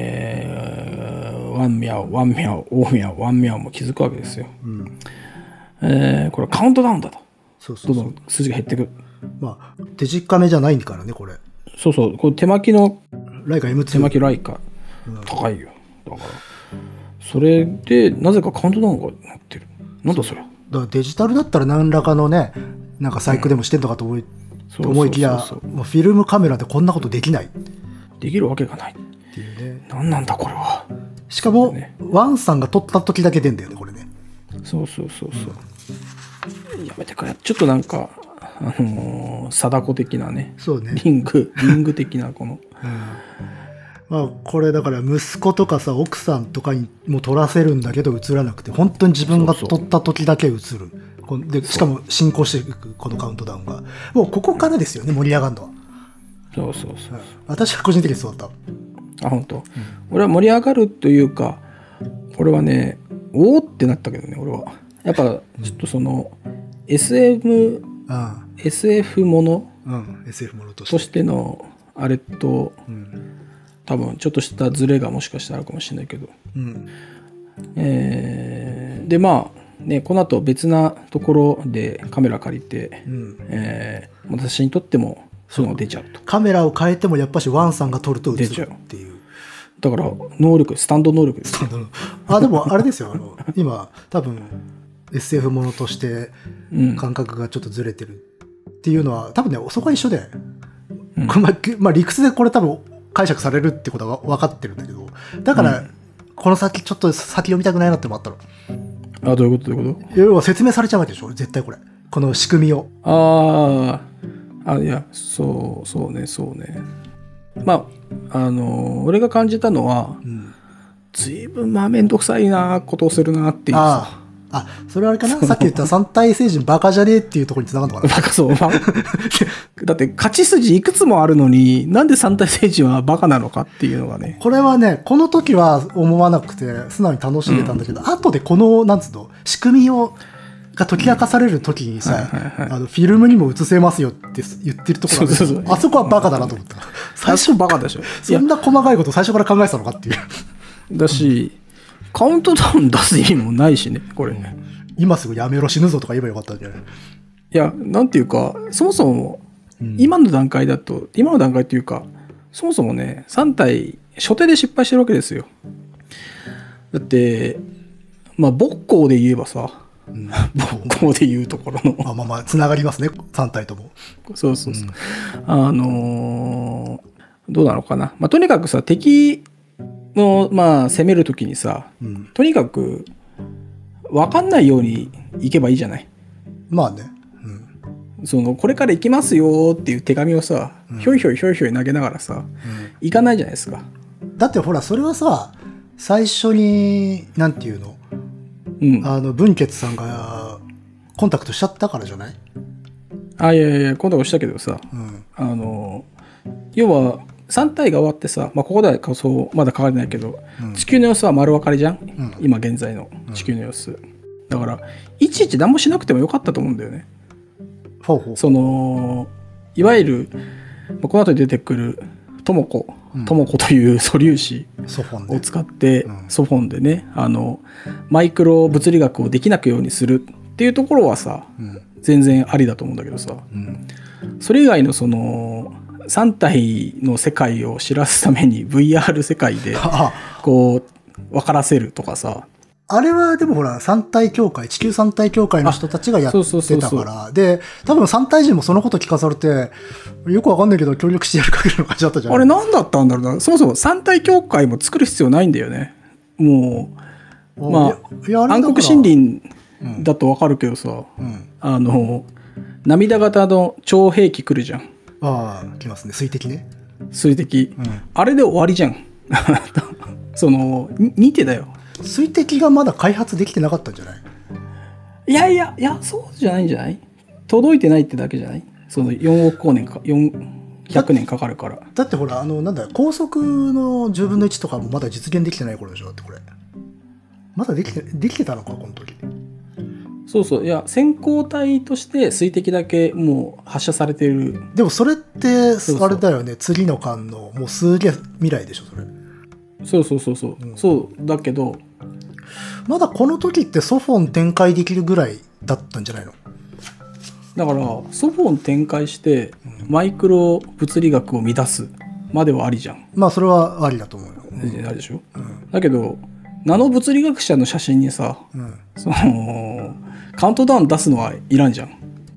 ワンミャオ、ワンミャオ、オーミャオ、ワンミャオも気づくわけですよ。これはカウントダウンだと。どんどん数字が減ってくる。 まあデジカメじゃないからねこれ。 そうこれ手巻きのライカ M2。 手巻きライカ、高いよ。だからそれでなぜかカウントダウンがなってる。なんだそれ。 だからデジタルだったら何らかのね、なんか細工でもしてんのかと思いと思いきや、もうフィルムカメラでこんなことできない。 できるわけがない。 っていうね。 何なんだこれは。 しかも、ね、ワンさんが撮った時だけ出んだよね、これね。 そうそうそうそう。やめてくれ。ちょっとなんか、貞子的なね。 そうね。 リング的なこの。 まあ、これだから息子とかさ、奥さんとかにも撮らせるんだけど映らなくて、本当に自分が撮った時だけ映る。でしかも進行していく、このカウントダウンが。もうここからですよね、盛り上がるのは。 そうそうそう。 私は個人的にそうだった。 あ、本当。俺は盛り上がるというか、俺はね、おーってなったけどね、俺は。やっぱ、ちょっとその、SF もの、 SF ものとしての、あれと、多分ちょっとしたズレがもしかしたらあるかもしれないけど、でまあね、この後別なところでカメラ借りて、私にとってもそういうのが出ちゃうと。 カメラを変えてもやっぱしワンさんが撮ると映るっていう。 だから能力、スタンド能力です。 でもあれですよ、今多分 SF ものとして感覚がちょっとずれてるっていうのは、多分ねそこは一緒で、まあ理屈でこれ多分解釈されるってことは分かってるんだけど、だから、この先ちょっと先読みたくないなって思ったの。 あ、どういうことどういうこと？ 要は説明されちゃうわけでしょ、絶対これ。この仕組みを。 いや、そうね。まあ、俺が感じたのは、随分めんどくさいなことをするなっていうさ。 それはあれかなさっき言った三体星人バカじゃねえっていうところに繋がるのかな。 バカそう。だって勝ち筋いくつもあるのに、なんで三体星人はバカなのかっていうのがね。 これはね、この時は思わなくて素直に楽しんでたんだけど、後でこの、なんつうの、仕組みが解き明かされる時にさ、フィルムにも映せますよって言ってるところが、あそこはバカだなと思った。 最初バカでしょ。 そんな細かいこと最初から考えてたのかっていう。 だし、カウントダウン出す意味もないしね、これね。 今すぐやめろ死ぬぞとか言えばよかったんじゃない？ いや、なんていうか、そもそも、今の段階っていうか、そもそもね、3体、初手で失敗してるわけですよ。だって、まあ、勃興で言えばさ、勃興で言うところの。 まあ、つながりますね、3体とも。 そう。どうなのかな。まあ、とにかくさ、敵の、まあ、攻めるときにさ、とにかく、分かんないように行けばいいじゃない。 まあね。 これから行きますよっていう手紙をさ、ひょいひょい投げながらさ、行かないじゃないですか。だってほら、それはさ、最初に、なんていうの、文傑さんがコンタクトしちゃったからじゃない？ いや、コンタクトしたけどさ、要は、3体が終わってさ、まあ、ここではまだ書かれてないけど、地球の様子は丸分かりじゃん、今現在の地球の様子。だから、いちいち何もしなくてもよかったと思うんだよね。いわゆる、この後に出てくるトモコという素粒子を使って、ソフォンでね、マイクロ物理学をできなくようにするっていうところはさ、全然ありだと思うんだけどさ、それ以外の3体の世界を知らすために VR 世界でこう分からせるとかさ、 あれはでもほら地球三体協会の人たちがやってたから、で多分三体人もそのこと聞かされてよくわかんないけど協力してやるかけるの感じだったじゃん。 あれ何だったんだろうな。そもそも三体協会も作る必要ないんだよね。もうまあ暗黒森林だとわかるけどさ、涙型の超兵器来るじゃん。 来ますね。水滴ね。 水滴、あれで終わりじゃん。似てだよ。 水滴がまだ開発できてなかったんじゃない？ いやそうじゃないんじゃない？届いてないってだけじゃない？4億光年か100年かかるから。 だってほら高速の10分の1とかもまだ実現できてない頃でしょ。だってこれまだできてたのかこの時。 そう。いや先行体として水滴だけもう発射されてる。 でもそれってあれだよね。次の間のもうすげえ未来でしょそれ。そう、 そうだけどまだこの時ってソフォン展開できるぐらいだったんじゃないの？ だからソフォン展開してマイクロ物理学を乱すまではありじゃん。 まあそれはありだと思うよ。 ありでしょ、だけどナノ物理学者の写真にさ、カウントダウン出すのはいらんじゃん。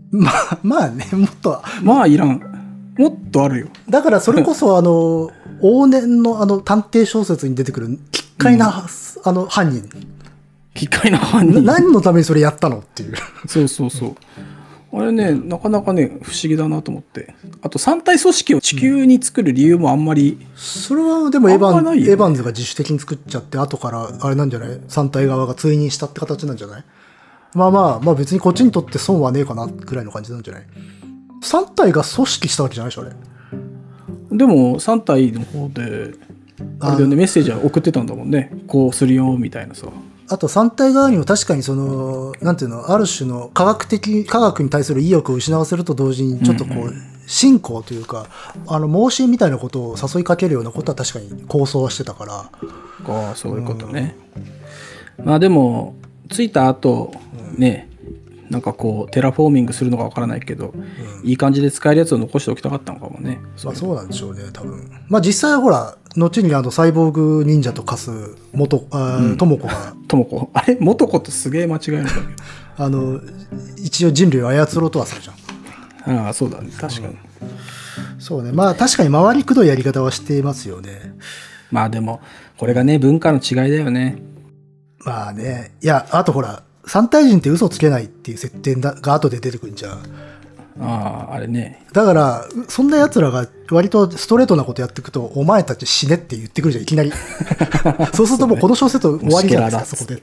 まあね、もっと。 まあいらん。もっとあるよ。 だからそれこそ往年の探偵小説に出てくる奇怪な、犯人。 奇怪な犯人。 何のためにそれやったのっていう。 そうそうそう。あれね、なかなかね、不思議だなと思って。あと、三体組織を地球に作る理由もあんまり。 それはでもエヴァね、 エヴァンズが自主的に作っちゃって、後からあれなんじゃない？三体側が追認したって形なんじゃない？まあ別にこっちにとって損はねえかなぐらいの感じなんじゃない？三体が組織したわけじゃないでしょ、あれ。 でも、三体の方で、あれだよね、メッセージは送ってたんだもんね。こうするよ、みたいなさ。 あと三体側にも確かになんていうの、ある種の科学に対する意欲を失わせると同時に、ちょっと信仰というか、盲信みたいなことを誘いかけるようなことは確かに構想はしてたから。 ああ、そういうことね。まあでも、着いた後、ね、なんかテラフォーミングするのかわからないけど、いい感じで使えるやつを残しておきたかったのかもね。 まあそうなんでしょうね、多分。まあ実際はほら、後にサイボーグ忍者と化すトモコが。 トモコ。あれ元子とすげえ間違えるんだけど。一応人類を操ろうとはするじゃん。 ああ、そうだね。確かに。 そうね。まあ確かに回りくどいやり方はしていますよね。 まあでも、これがね、文化の違いだよね。 まあね。いや、あとほら、三体人って嘘つけないっていう設定が後で出てくるんじゃん。 ああ、あれね。 だから、そんな奴らが割とストレートなことやっていくと、お前たち死ねって言ってくるじゃん、いきなり。そうするともうこの小説終わりじゃないですか、そこでって。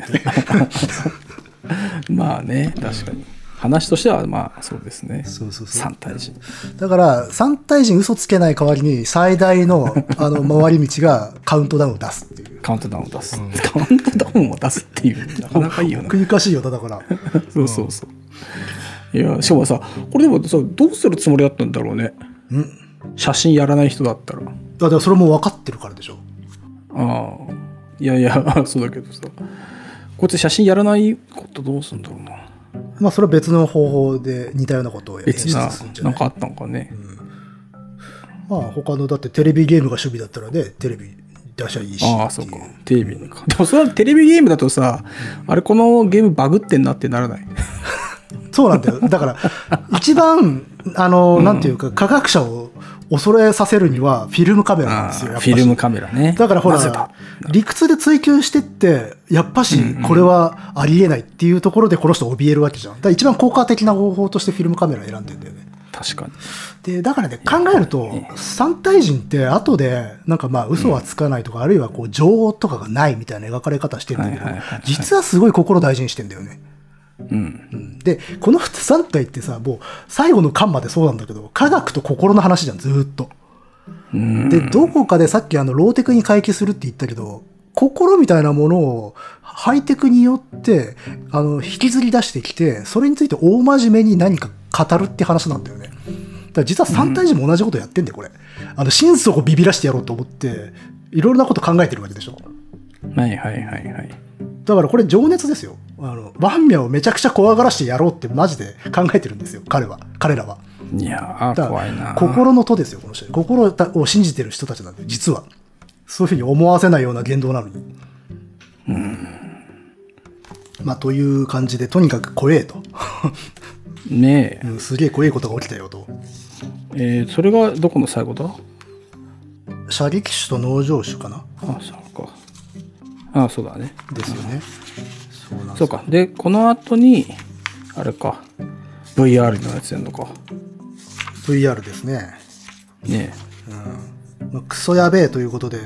まあね、確かに。話としてはまあそうですね。 そう三体人。 だから三体人嘘つけない代わりに最大の回り道がカウントダウンを出すっていう。 カウントダウンを出す。カウントダウンを出すっていうなかなかいいよな。 奥ゆかしいよだから。 そうそうそう。いやしかもさ、これでもさどうするつもりだったんだろうね。写真やらない人だったら。 だからそれも分かってるからでしょ。 ああ。いやいやそうだけどさ、こいつ写真やらないことどうするんだろうな。 まあそれは別の方法で似たようなことを演出するんじゃない？ なんかあったのかね。 まあ他のだってテレビゲームが趣味だったらね、テレビ出しゃいいし。 ああそうか。テレビか。でもそれはテレビゲームだとさ、あれこのゲームバグってんなってならない？ そうなんだよ。だから一番なんていうか科学者を恐れさせるにはフィルムカメラなんですよ。 フィルムカメラね。 だからほら理屈で追求してってやっぱしこれはありえないっていうところでこの人怯えるわけじゃん。だから一番効果的な方法としてフィルムカメラ選んでんだよね。 確かに。 でだからね考えると三体人って後でなんかまあ嘘はつかないとか、あるいは情報とかがないみたいな描かれ方してんだけど、実はすごい心大事にしてんだよね。でこの3体ってさ、もう最後の巻までそうなんだけど科学と心の話じゃん、ずーっと。でどこかでさっきローテクに回帰するって言ったけど、心みたいなものをハイテクによって引きずり出してきて、それについて大真面目に何か語るって話なんだよね。だから実は3体人も同じことやってんだよこれ。心底ビビらしてやろうと思っていろいろなこと考えてるわけでしょ。 はいはいはいはい。 だからこれ情熱ですよ。ワンミャをめちゃくちゃ怖がらしてやろうってマジで考えてるんですよ、彼らは。 いやー怖いな。 心のとですよ、この人。心を信じてる人たちなんで、実は。そういうふうに思わせないような言動なのに。まあ、という感じで、とにかく怖えと。 ねえ、 すげえ怖えことが起きたよと。 それがどこの最後だ？ 射撃手と農場主かな。 あ、そうか。あ、そうだね。 ですよね。 そうか。で、この後に、あれか、VR のやつやんのか。 VR ですね。 ねえ。クソやべえということで。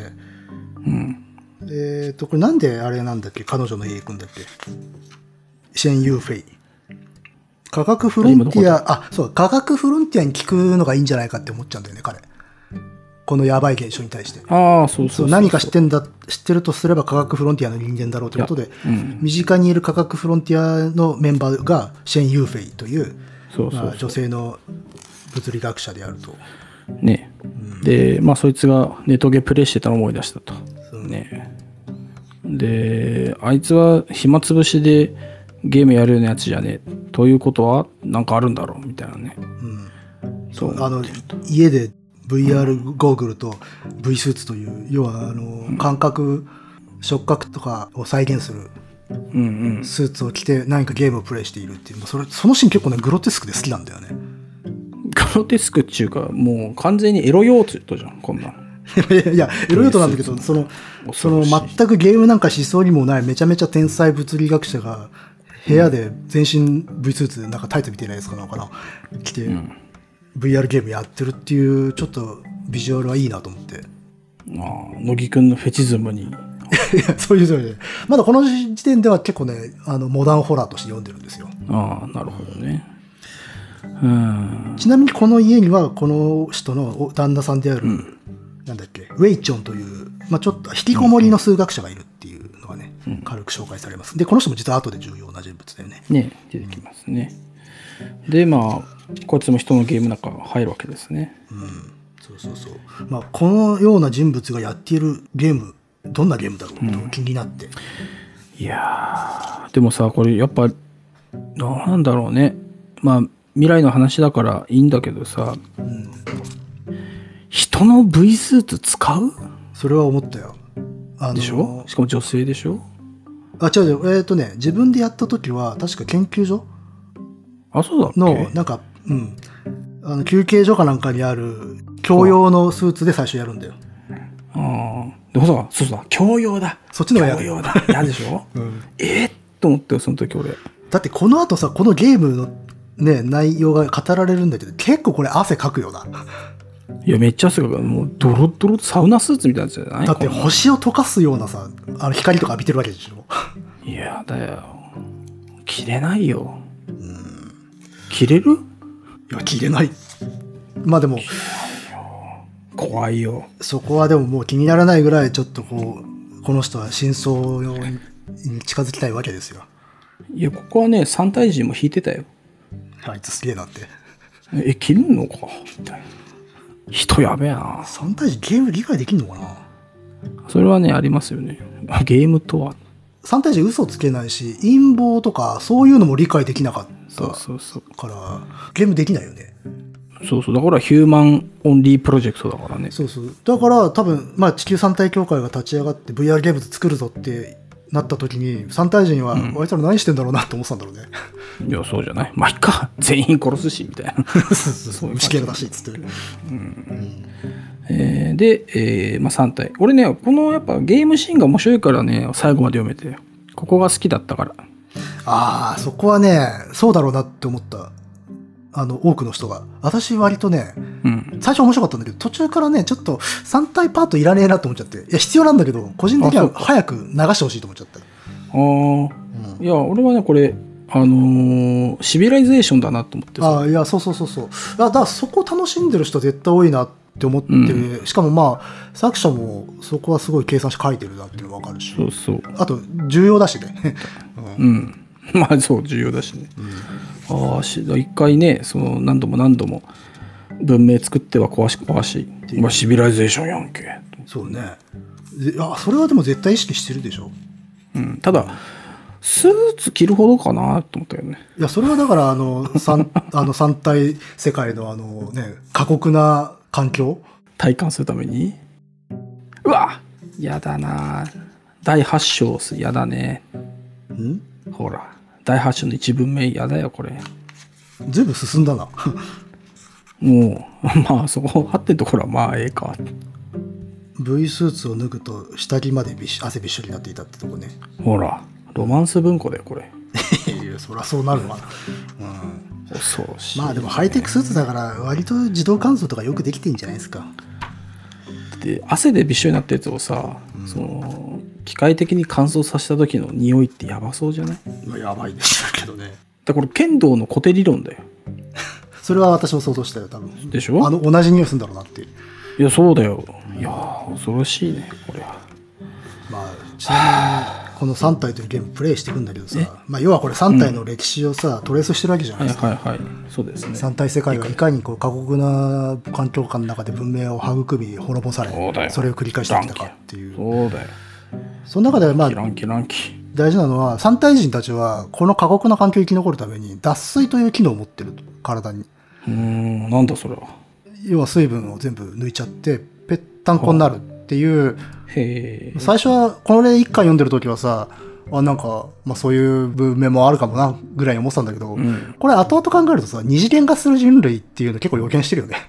これなんであれなんだっけ、彼女の家行くんだっけ。シェン・ユーフェイ。科学フロンティア、そう、科学フロンティアに聞くのがいいんじゃないかって思っちゃうんだよね、彼。このやばい現象に対して。 そう何か知ってるとすれば科学フロンティアの人間だろうということで、身近にいる科学フロンティアのメンバーがシェン・ユーフェイという女性の物理学者であると。 ね。で、まあそいつがネトゲプレイしてたのを思い出したと。ね。で、あいつは暇つぶしでゲームやるようなやつじゃねえ。ということはなんかあるんだろうみたいなね。 そう家でVR ゴーグルと V スーツという、要は触覚とかを再現するうんスーツを着て何かゲームをプレイしているっていう、そのシーン結構ねグロテスクで好きなんだよね。 グロテスクっていうかもう完全にエロ用途じゃんこんなん。 いやエロ用途なんだけど、その全くゲームなんかしそうにもないめちゃめちゃ天才物理学者が部屋で全身 V スーツなんかタイツみたいなやつかな着て、VR ゲームやってるっていうちょっとビジュアルはいいなと思って。 乃木くんのフェチズムに。 いやそういうので、まだこの時点では結構ねモダンホラーとして読んでるんですよ。 ああなるほどね。 ちなみにこの家にはこの人の旦那さんである、なんだっけウェイチョンという、ちょっと引きこもりの数学者がいるっていうのがね、軽く紹介されます。でこの人も実は後で重要な人物だよね。 ね出てきますね。でこいつも人のゲームの中入るわけですね。 そうこのような人物がやっているゲームどんなゲームだろうと気になって、 いやでもさこれやっぱどうなんだろうね。未来の話だからいいんだけどさ、人の V スーツ使う？ それは思ったよ。 でしょ？しかも女性でしょ？ 違う自分でやった時は確か研究所そうだっけのなんか休憩所かなんかにある共用のスーツで最初やるんだよ。 でもさそう共用だ。 そっちの方が共用だ。嫌でしょ？と思ったよその時俺。 だってこの後さこのゲームのね内容が語られるんだけど結構これ汗かくよな。 いやめっちゃ汗かく。もうドロドロサウナスーツみたいなやつじゃない？ だって星を溶かすようなさ光とか浴びてるわけでしょ。 いやだよ着れないよ。着れる？ いや着れない。でも怖いよ。 そこはでももう気にならないぐらいちょっとこの人は真相に近づきたいわけですよ。 いやここはね三体人も引いてたよ。 あいつすげえなって。 着るのかみたいな。人やべえな。 三体人ゲーム理解できんのかな。 それはねありますよね。ゲームとは三体人嘘つけないし陰謀とかそういうのも理解できなかったからゲームできないよね。 だからヒューマンオンリープロジェクトだからね。 だから多分地球三体協会が立ち上がって VR ゲーム作るぞってなった時に三体人は、あいつら何してんだろうなって思ってたんだろうね。 いやそうじゃない。いっか全員殺すしみたいな。 虫けらだしっつって。 で、3体俺ねこのやっぱゲームシーンが面白いからね最後まで読めてここが好きだったから。 そこはねそうだろうなって思った。多くの人が。私割とね、最初面白かったんだけど途中からねちょっと3体パートいらねえなと思っちゃって。いや必要なんだけど個人的には早く流してほしいと思っちゃった。 いや俺はねこれシビライゼーションだなと思ってさ。 いやそうだからそこ楽しんでる人絶対多いなって思って、しかも作者もそこはすごい計算して書いてるなっていうのが分かるし、あと重要だしね。 そう重要だしね。一回ね何度も文明作っては壊しシビライゼーションやんけ。 そうね。それはでも絶対意識してるでしょ。 ただスーツ着るほどかなと思ったよね。 いやそれはだから三体世界の過酷な環境体感するために。うわやだな。第8章やだね。ほら第8章の1文目やだよこれ。 全部進んだな。 もうそこ張ってるところはええか。 V スーツを脱ぐと下着まで汗びっしょりになっていたってとこね。 ほらロマンス文庫だよこれ。 いやそりゃそうなるわな。 恐ろしい、 でもハイテクスーツだから割と自動乾燥とかよくできてんじゃないですか。 で汗でびっしょりになったやつをさ、機械的に乾燥させた時の匂いってやばそうじゃない？ やばいですけどね。 だからこれ剣道の固定理論だよ。 それは私も想像したよ多分。 でしょ？ 同じ匂いするんだろうなっていう。 いやそうだよ。いや恐ろしいねこれは。 ちなみにこの3体というゲームプレイしていくんだけどさ、要はこれ3体の歴史をさ、トレースしてるわけじゃないですか。そうですね。3体世界がいかに過酷な環境下の中で文明を育み滅ぼされ、それを繰り返してきたかっていう。 そうだよ。 その中で大事なのは3体人たちはこの過酷な環境を生き残るために脱水という機能を持ってると、体に。 なんだそれは。 要は水分を全部抜いちゃってぺったんこになるっていう。最初はこれ1巻読んでる時はさ、 なんか、まあそういう文面もあるかもな、ぐらいに思ってたんだけど、 うん、 これ後々考えるとさ、二次元化する人類っていうの結構予見してるよね。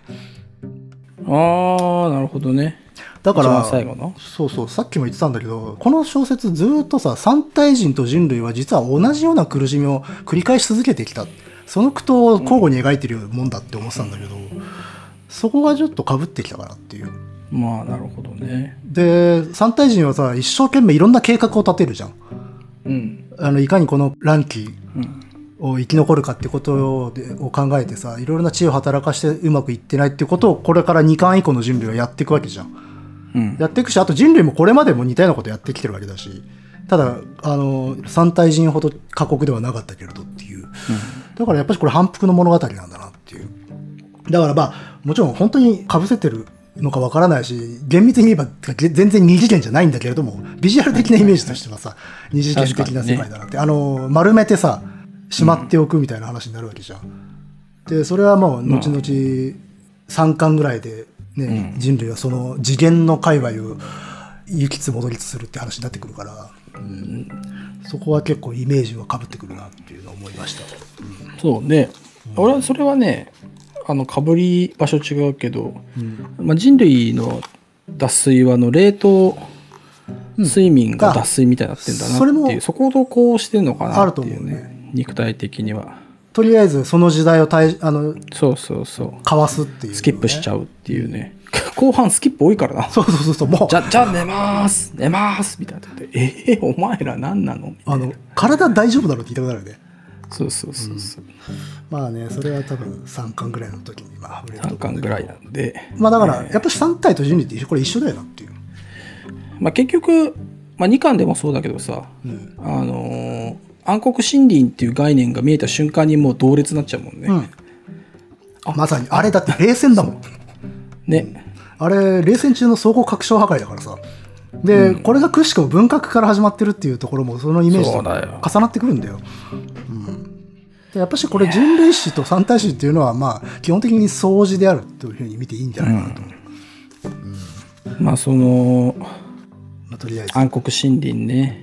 ああ、なるほどね。 だから、 一番最後のそうそう、さっきも言ってたんだけど、この小説ずっとさ、三体人と人類は実は同じような苦しみを繰り返し続けてきた。その苦闘を交互に描いてるもんだって思ってたんだけど、そこがちょっと被ってきたかなっていう。 まあ、なるほどね。 で、三体人はさ、一生懸命いろんな計画を立てるじゃん。 うん。 いかにこの乱期うん。 を生き残るかってことを考えてさ、いろいろな知恵を働かしてうまくいってないってことをこれから2巻以降の人類はやっていくわけじゃん。 うん。 やっていくし、あと人類もこれまでも似たようなことやってきてるわけだし、ただ、三体人ほど過酷ではなかったけれどっていう。だからやっぱりこれ反復の物語なんだなっていう。だからまあ、もちろん本当に被せてるのかわからないし、厳密に言えば全然二次元じゃないんだけれども、ビジュアル的なイメージとしてはさ、二次元的な世界だなって、丸めてさ、しまっておくみたいな話になるわけじゃん。で、それはもう後々3巻ぐらいでね、人類はその次元の界隈を行きつ戻りつするって話になってくるから、そこは結構イメージは被ってくるなっていうのを思いました。 そうね。俺はそれはね、かぶり場所違うけど、まあ、人類の脱水は冷凍睡眠が脱水みたいになってんだなっていう、そこをこうしてるのかなっていうね、肉体的には。 とりあえずその時代をそうそうそう。 かわすっていう、ね。 スキップしちゃうっていうね。後半スキップ多いからな。 そうそうそう。もう。 じゃあ寝ますみたいな。お前ら何なの体大丈夫だろうって言いたくなるよね。 そうそうそうそう、 まあね、それは多分3巻ぐらいの時に 3巻ぐらいなんで、 まあだからやっぱり3体と人類ってこれ一緒だよなっていう。 まあ結局、まあ、2巻でもそうだけどさ、暗黒森林っていう概念が見えた瞬間にもう同列になっちゃうもんね、 まさにあれだって冷戦だもんね、 あれ冷戦中の総合拡張破壊だからさ。で、これがくしくも文革から始まってるっていうところもそのイメージと重なってくるんだよ。でやっぱしこれ人類史と三体史っていうのはまあ基本的に相似であるというふうに見ていいんじゃないかなと。 まあその、 まあ、とりあえず暗黒森林ね、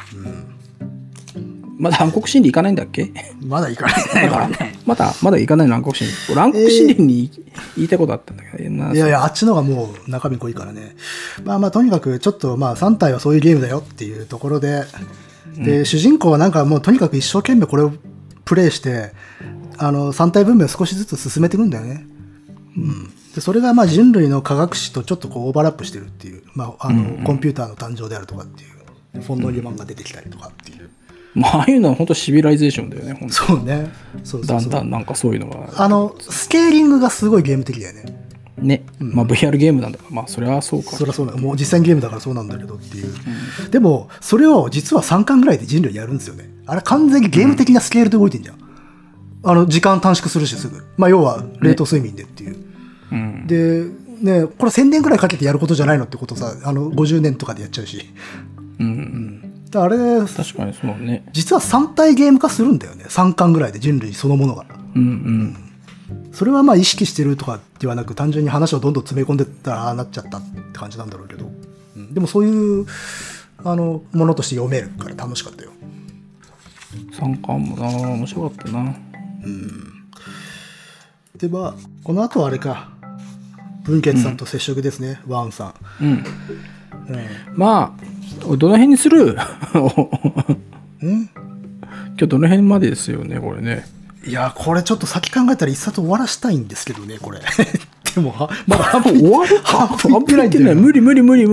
まだ暗黒森林行かないんだっけ？ まだ行かないね。 まだ行かないの暗黒森林。俺暗黒森林に言いたいことあったんだけど、 いやいや、あっちの方がもう中身濃いからね。まあまあとにかくちょっとまあ3体はそういうゲームだよっていうところで、で主人公はなんかもうとにかく一生懸命これをプレイして3体文明を少しずつ進めていくんだよね。でそれがまあ人類の科学史とちょっとこうオーバーラップしてるっていう、まあコンピューターの誕生であるとかっていうフォンドリマンが出てきたりとかっていう。 まあああいうのは本当シビライゼーションだよね。本当そうね。そうだんだんなんかそういうのがスケーリングがすごいゲーム的だよね。 ね、まあ VR ゲームなんだから、まあそれはそうか。 それはそうだ。もう実際にゲームだからそうなんだけどっていう。でもそれを実は3巻ぐらいで人類やるんですよね。あれ完全にゲーム的なスケールで動いてんじゃん。時間短縮するしすぐ。まあ要は冷凍睡眠でっていう。でね、これ1000年ぐらいかけてやることじゃないのってことさ、50年とかでやっちゃうし。あれ確かにそうね。 実は3体ゲーム化するんだよね。3巻ぐらいで人類そのものが。それはまあ意識してるとかではなく、単純に話をどんどん詰め込んでったらああなっちゃったって感じなんだろうけど、でもそういうものとして読めるから楽しかったよ。 3巻もな面白かったな。 でまあこの後はあれか、文傑さんと接触ですね、ワンさん。 まあどの辺にする？今日どの辺までですよねこれね。 いやこれちょっと先考えたら一冊終わらしたいんですけどねこれ。でもまだ終わるか？半分いってない。無理。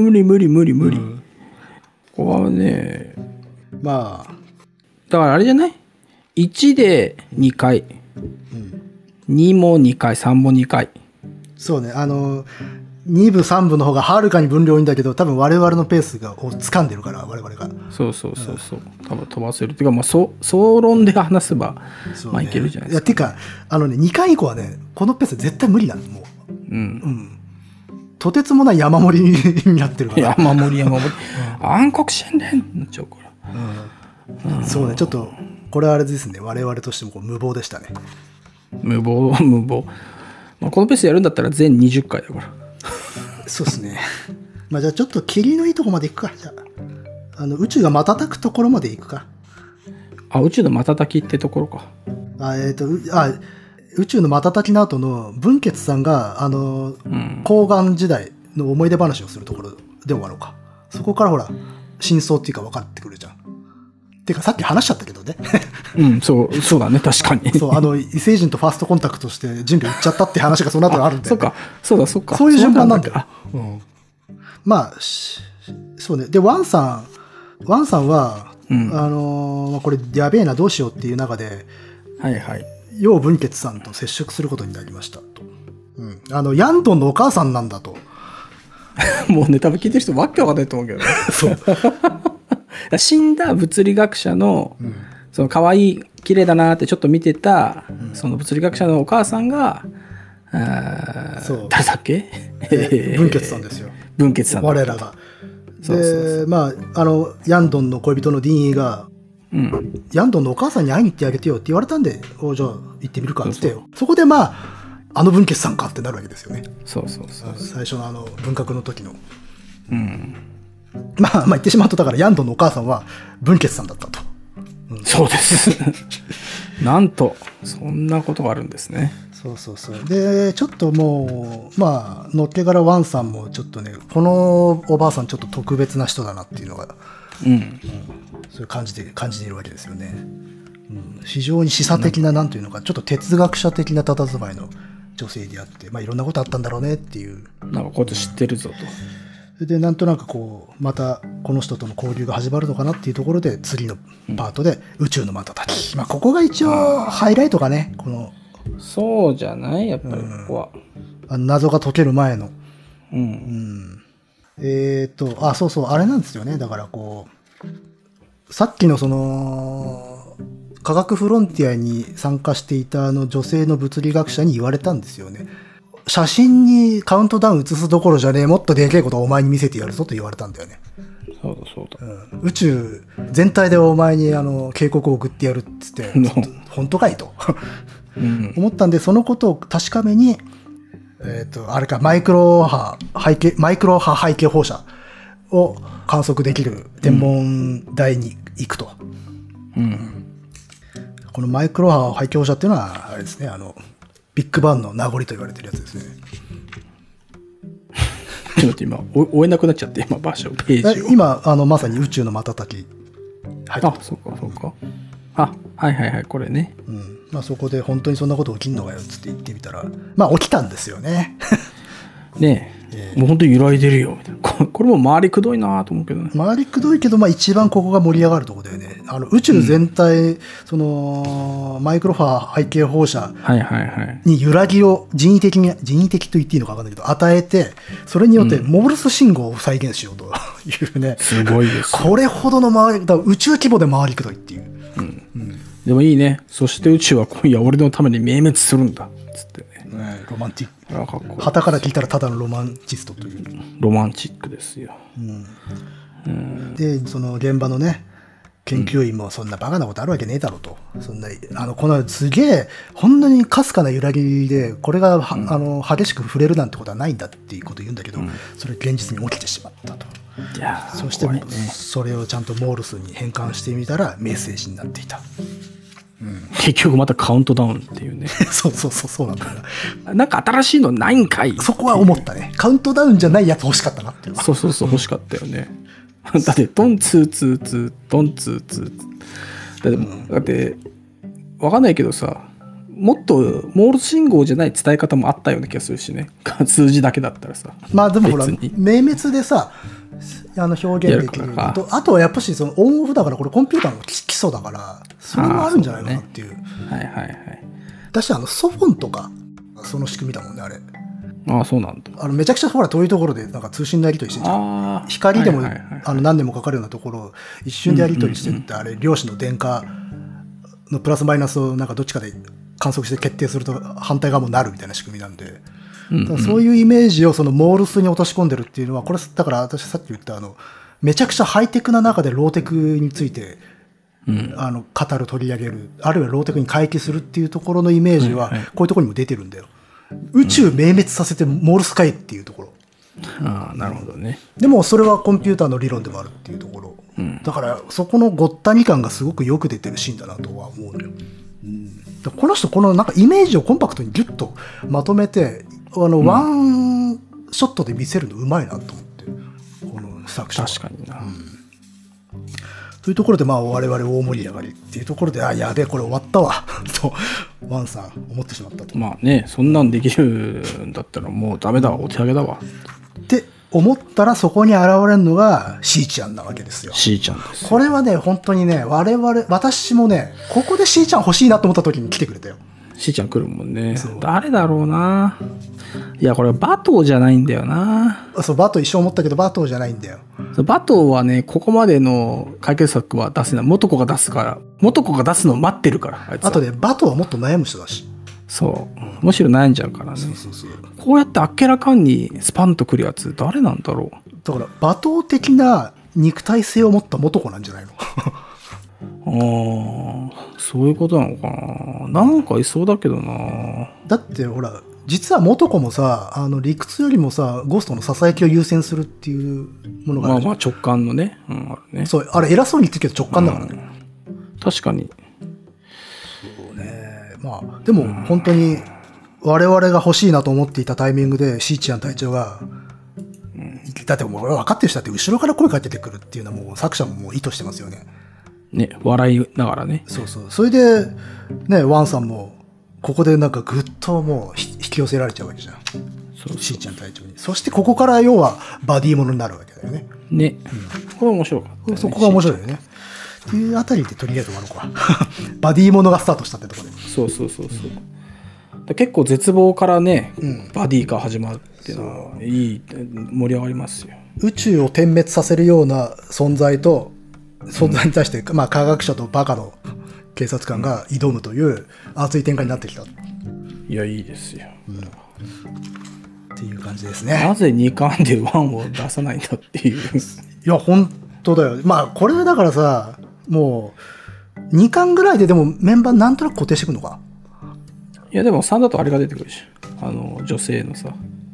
ここはね、 まあだからあれじゃない？ 1 で2回、2も2回、3も2回。 そうね、2部3部の方がはるかに分量いいんだけど、多分我々のペースを掴んでるから我々が。 そう、多分飛ばせるっていうか、まあ総論で話せば、まあいけるじゃないですか。 いやてか2回以降はねこのペース絶対無理なのもう。とてつもない山盛りになってるから。 山盛り。暗黒森林になっちゃうから。 そうね、ちょっとこれはあれですね、我々としても無謀でしたね。 無謀。まあ、このペースやるんだったら全20回だから。 そうですね。まあじゃあちょっと霧のいいとこまで行くか。じゃあ宇宙が瞬くところまで行くか。 宇宙の瞬きってところか。 宇宙の瞬きの後の文傑さんが、高岩時代の思い出話をするところで終わろうか。そこからほら、真相っていうか分かってくるじゃん。てかさっき話しちゃったけどね。 そうだね、確かに。 そう、異星人とファーストコンタクトして人類行っちゃったって話がその後にあるんで、ね。 そうか。 そういう順番なんだよ。まあ、そうね。で、ワンさんは、これやべえな、どうしようっていう中で、 はいはい。 楊文傑さんと接触することになりましたと。ヤンドンのお母さんなんだと。 もうね、多分聞いてる人わけわかんないと思うけどね。 そう。 死んだ物理学者の、その可愛い綺麗だなってちょっと見てた、その物理学者のお母さんが、誰だっけ？ 文傑さんですよ。 文傑さん。 我らが。で、ヤンドンの恋人のディーンが、ヤンドンのお母さんに会いに行ってあげてよって言われたんで、じゃあ行ってみるかって。そこで文傑さんかってなるわけですよね。 そう。 最初の文革の時の。言ってしまうと、だからヤンドンのお母さんは文傑さんだったと。 そうです。なんと、そんなことがあるんですね。 そう。で、ちょっともう、のっけからワンさんもちょっとね、このおばあさんちょっと特別な人だなっていうのが、そういう感じでいるわけですよね。非常に示唆的な、なんていうのか、ちょっと哲学者的な佇まいの女性であって、いろんなことあったんだろうねっていう。 なんかこうやって知ってるぞと。 で、なんとなくまたこの人との交流が始まるのかなっていうところで、次のパートで宇宙の瞬き。ここが一応ハイライトがね、 そうじゃないやっぱりここは。 謎が解ける前の。そう、あれなんですよね。だからさっきの科学フロンティアに参加していた女性の物理学者に言われたんですよね。写真にカウントダウン写すどころじゃねえ、もっとでけえことをお前に見せてやるぞと言われたんだよね。 そうだ。 宇宙全体でお前に警告を送ってやるっつって、本当かいと思ったんで、そのことを確かめに、あれか、マイクロ波背景放射を観測できる天文台に行くと。このマイクロ波背景放射っていうのは、あれですね、ビッグバンの名残と言われてるやつですね。 ちょっと今、追えなくなっちゃって、ページを。 今、まさに宇宙の瞬き。 そうか。はい、これね。 そこで本当にそんなこと起きんのかよっつって言ってみたら、起きたんですよね。 ねえ、もう本当に揺らいでるよみたいな。これも周りくどいなと思うけどね。 周りくどいけど、一番ここが盛り上がるところだよね。宇宙全体、マイクロ波背景放射に揺らぎを人為的と言っていいのか分かんないけど、与えて、それによってモールス信号を再現しようというね。 すごいです。 これほどの宇宙規模で回りくどいっていう。 でもいいね。そして宇宙は今夜俺のために明滅するんだ。つってね。 ロマンティック。旗から聞いたらただのロマンチストという。 ロマンチックですよ。 で、その現場のね、研究員もそんなバカなことあるわけねえだろうと。そんな、このすげえ、ほんのにかすかな揺らぎで、これが激しく触れるなんてことはないんだっていうことを言うんだけど、それ現実に起きてしまったと。そして、それをちゃんとモールスに変換してみたら、メッセージになっていた。 結局またカウントダウンっていうね。 そうなんだよな。なんか新しいのないんかい。 そこは思ったね。カウントダウンじゃないやつ欲しかったなっていう。 そう欲しかったよね。だってドンツーツーツードンツーツーだって分かんないけどさ、もっとモールス信号じゃない伝え方もあったような気がするしね。数字だけだったらさ。 でもほら明滅でさ表現できると、あとはやっぱしそのオンオフだから、これコンピューターの基礎だから、それもあるんじゃないかなっていう。私ソフォンとかその仕組みだもんね、あれ。 そうなんだ。 めちゃくちゃほら遠いところでなんか通信のやり取りしてんじゃん。光でも何年もかかるようなところを一瞬でやり取りしてって、あれ量子の電荷のプラスマイナスをなんかどっちかで観測して決定すると反対側もなるみたいな仕組みなんで、そういうイメージをそのモールスに落とし込んでるっていうのは、これだから私さっき言っためちゃくちゃハイテクな中でローテクについて語る、取り上げる、あるいはローテクに回帰するっていうところのイメージはこういうところにも出てるんだよ。宇宙明滅させてモールスかいっていうところ。 ああ、なるほどね。 でもそれはコンピューターの理論でもあるっていうところ、だからそこのごったに感がすごくよく出てるシーンだなとは思うのよ。この人このなんかイメージをコンパクトにギュッとまとめてワンショットで見せるのうまいなと思って、この作者は。 確かにな。 というところでまあ我々大盛り上がりっていうところで、やべえこれ終わったわとワンさん思ってしまったと。 まあね、そんなんできるんだったらもうダメだわ、お手上げだわって思ったら、そこに現れるのがしーちゃんなわけですよ。 しーちゃんです。 これはね本当にね、私もねここでしーちゃん欲しいなと思った時に来てくれたよ。 しーちゃん来るもんね。誰だろうな。いやこれバトーじゃないんだよな。 そう、バトー一生思ったけどバトーじゃないんだよ。 バトーはね、ここまでの解決策は出せない。元子が出すから、元子が出すのを待ってるから、あいつは。 あとね、バトーはもっと悩む人だし。 そう、むしろ悩んじゃうからね。 そうこうやってあっけらかんにスパンとくるやつ誰なんだろう。 だからバトー的な肉体性を持った元子なんじゃないのそういうことなのかな。なんかいそうだけどな。 だってほら、実は元子もさ、理屈よりもさ、ゴーストのささやきを優先するっていうものがある。 まあ直感のね、あるね。 そう、あれ偉そうに言ってるけど直感だからね。 確かに。 そうね。まあでも本当に我々が欲しいなと思っていたタイミングでしーちゃん隊長が、だってもう分かってる人だって後ろから声かけてくるっていうのはもう作者ももう意図してますよね。 ね、笑いながらね。 そうそう。それでね、ワンさんもここでなんかぐっともう引き寄せられちゃうわけじゃん。そう、しーちゃん隊長に。そしてここから要はバディものになるわけだよね。 ね。これ面白かった、ね。 そこが面白いよね。っていうあたりでとりあえず終わろうか。バディものがスタートしたってところで。 そう。結構絶望からね、バディが始まるっていうのは、いい、盛り上がりますよ。 宇宙を点滅させるような存在に対して、まあ科学者とバカの警察官が挑むという熱い展開になってきた。 いや、いいですよ。 っていう感じですね。 なぜ2巻で1を出さないんだっていう。 いや、本当だよ。まあ、これだからさ、もう、2巻ぐらいででもメンバーなんとなく固定してくるのか。 いや、でも3だとあれが出てくるし。女性のさ。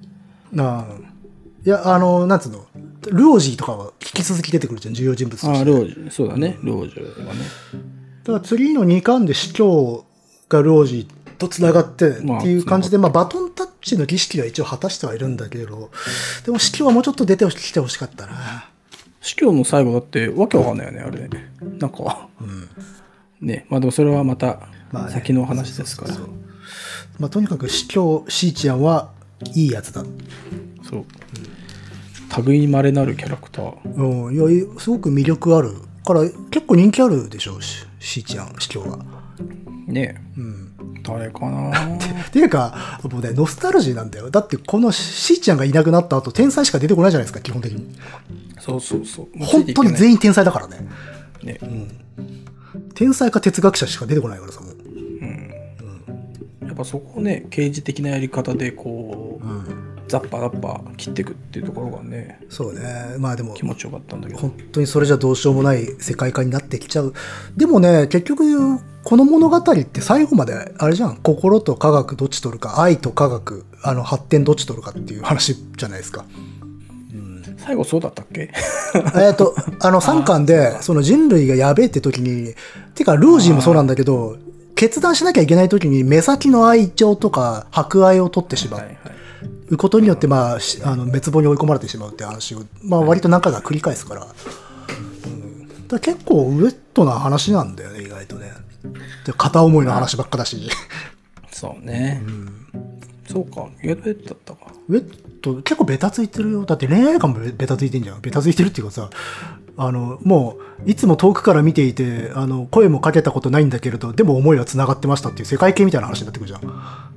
いや、なんつうの、ルオージーとかは引き続き出てくるじゃん、重要人物として。 ルオージー。そうだね、ルオージーがね。 だから次の2巻で司教がルオージーとつながってっていう感じで、まあ、バトンタッチの儀式は一応果たしてはいるんだけど、でも司教はもうちょっと出てきてほしかったな。 司教の最後だってわけわかんないよね、あれね。なんか、ね、まあでもそれはまた先の話ですから。 まあ、とにかく司教シーチアンはいいやつだ。 そう。類に稀なるキャラクター。 いや、すごく魅力あるから結構人気あるでしょ、シーチアン司教は。 ねえ。誰かなっていうか、もうね、ノスタルジーなんだよ。だってこのシーチアンがいなくなった後、天才しか出てこないじゃないですか、基本的に。 そう。 本当に全員天才だからね。 ね。 天才か哲学者しか出てこないからさ、もう。 やっぱそこをね、刑事的なやり方でこう、ザッパザッパ切っていくっていうところがね。 そうね。まあでも気持ちよかったんだけど。 本当にそれじゃどうしようもない世界観になってきちゃう。でもね、結局この物語って最後まであれじゃん。心と科学どっち取るか、愛と科学発展どっち取るかっていう話じゃないですか。 最後そうだったっけ 3巻でその人類がやべえって時に、てかルージーもそうなんだけど、決断しなきゃいけない時に目先の愛情とか博愛を取ってしまうことによって、まあ滅亡に追い込まれてしまうって話を、まあ割と何回か繰り返すから、だから結構ウェットな話なんだよね、意外とね。で片思いの話ばっかだし。 そうね。そうか、意外とウェットだったか。 ウェット結構ベタついてるよ。だって恋愛感もベタついてんじゃん。ベタついてるっていうかさ、もういつも遠くから見ていて声もかけたことないんだけれど、でも思いは繋がってましたっていう世界系みたいな話になってくるじゃん。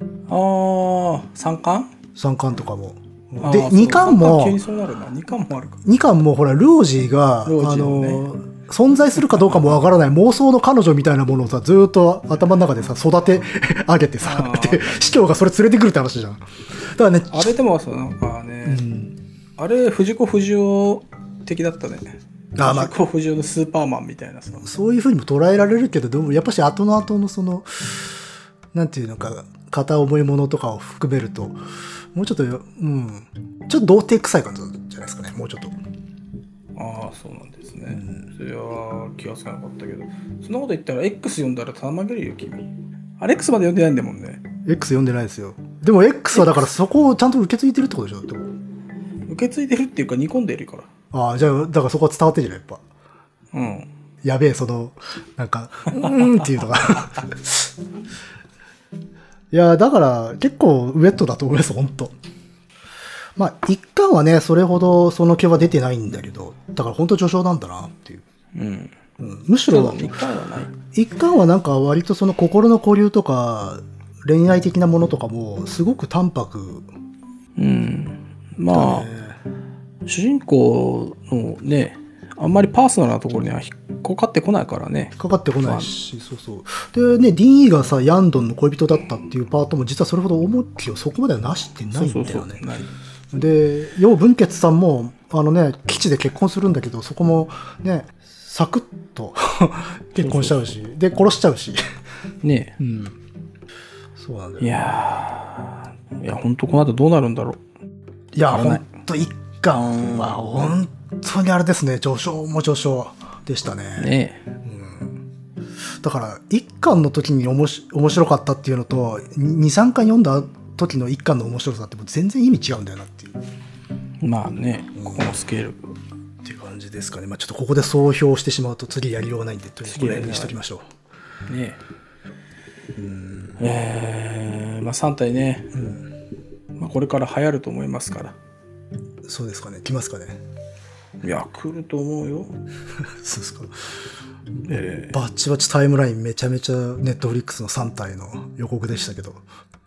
3巻 ?3 巻とかも。で2巻も急にそうなるな。2巻もあるか。 2巻もほらルージーが存在するかどうかもわからない妄想の彼女みたいなものをさ、ずーっと頭の中でさ育て上げてさ、で司教がそれ連れてくるって話じゃん。だからね、 あれでもさ、なんかね、あれ藤子不二雄的だったね。藤子不二雄のスーパーマンみたいなさ。 そういう風にも捉えられるけど、でもやっぱし後のそのなんていうのか、片思いものとかを含めると、もうちょっと、ちょっと童貞臭い感じじゃないですかね、もうちょっと。 ああ、そうなんですね。それは気がつかなかったけど、そんなこと言ったら X 読んだらたまげるよ、君。あれ X まで読んでないんだもんね。 X 読んでないですよ。でも X はだからそこをちゃんと受け継いでるってことでしょ、でも。 受け継いでるっていうか煮込んでるから。 ああ、じゃあ、だからそこは伝わってるじゃん、やっぱ。 うん。 やべえ、なんか、っていうのが。いや、だから結構ウェットだと思います、ほんと。まあ、一巻はね、それほどその気は出てないんだけど、だから本当序章なんだなっていう。むしろ、 一巻はない。 一巻はなんか割とその心の交流とか、恋愛的なものとかも、すごく淡白。 まあ、主人公のね、あんまりパーソナルなところには引っかかってこないからね。 かかってこないし、そうそう。でね、ディーン・イーがさ、ヤンドンの恋人だったっていうパートも実はそれほど重きをそこまではなしてないんだよね。で、楊文傑さんも、基地で結婚するんだけど、そこもね、サクッと結婚しちゃうし、で、殺しちゃうし。 ねえ。そうなんだよ。いや、本当この後どうなるんだろう。 いや、本当一巻は本当にあれですね、序章も序章でしたね。 ねえ。 だから一巻の時に面白かったっていうのと2、3巻読んだ時の一巻の面白さってもう全然意味違うんだよなっていう。 まあね、ここのスケールっていう感じですかね。まあちょっとここで総評してしまうと次やりようがないんで、とりあえずこれにしときましょう。 ねえ。まあ3体ね、まあ、これから流行ると思いますから。 そうですかね。来ますかね。 いや、来ると思うよ。 そうですか。バッチバチタイムラインめちゃめちゃネットフリックスの3体の予告でしたけど。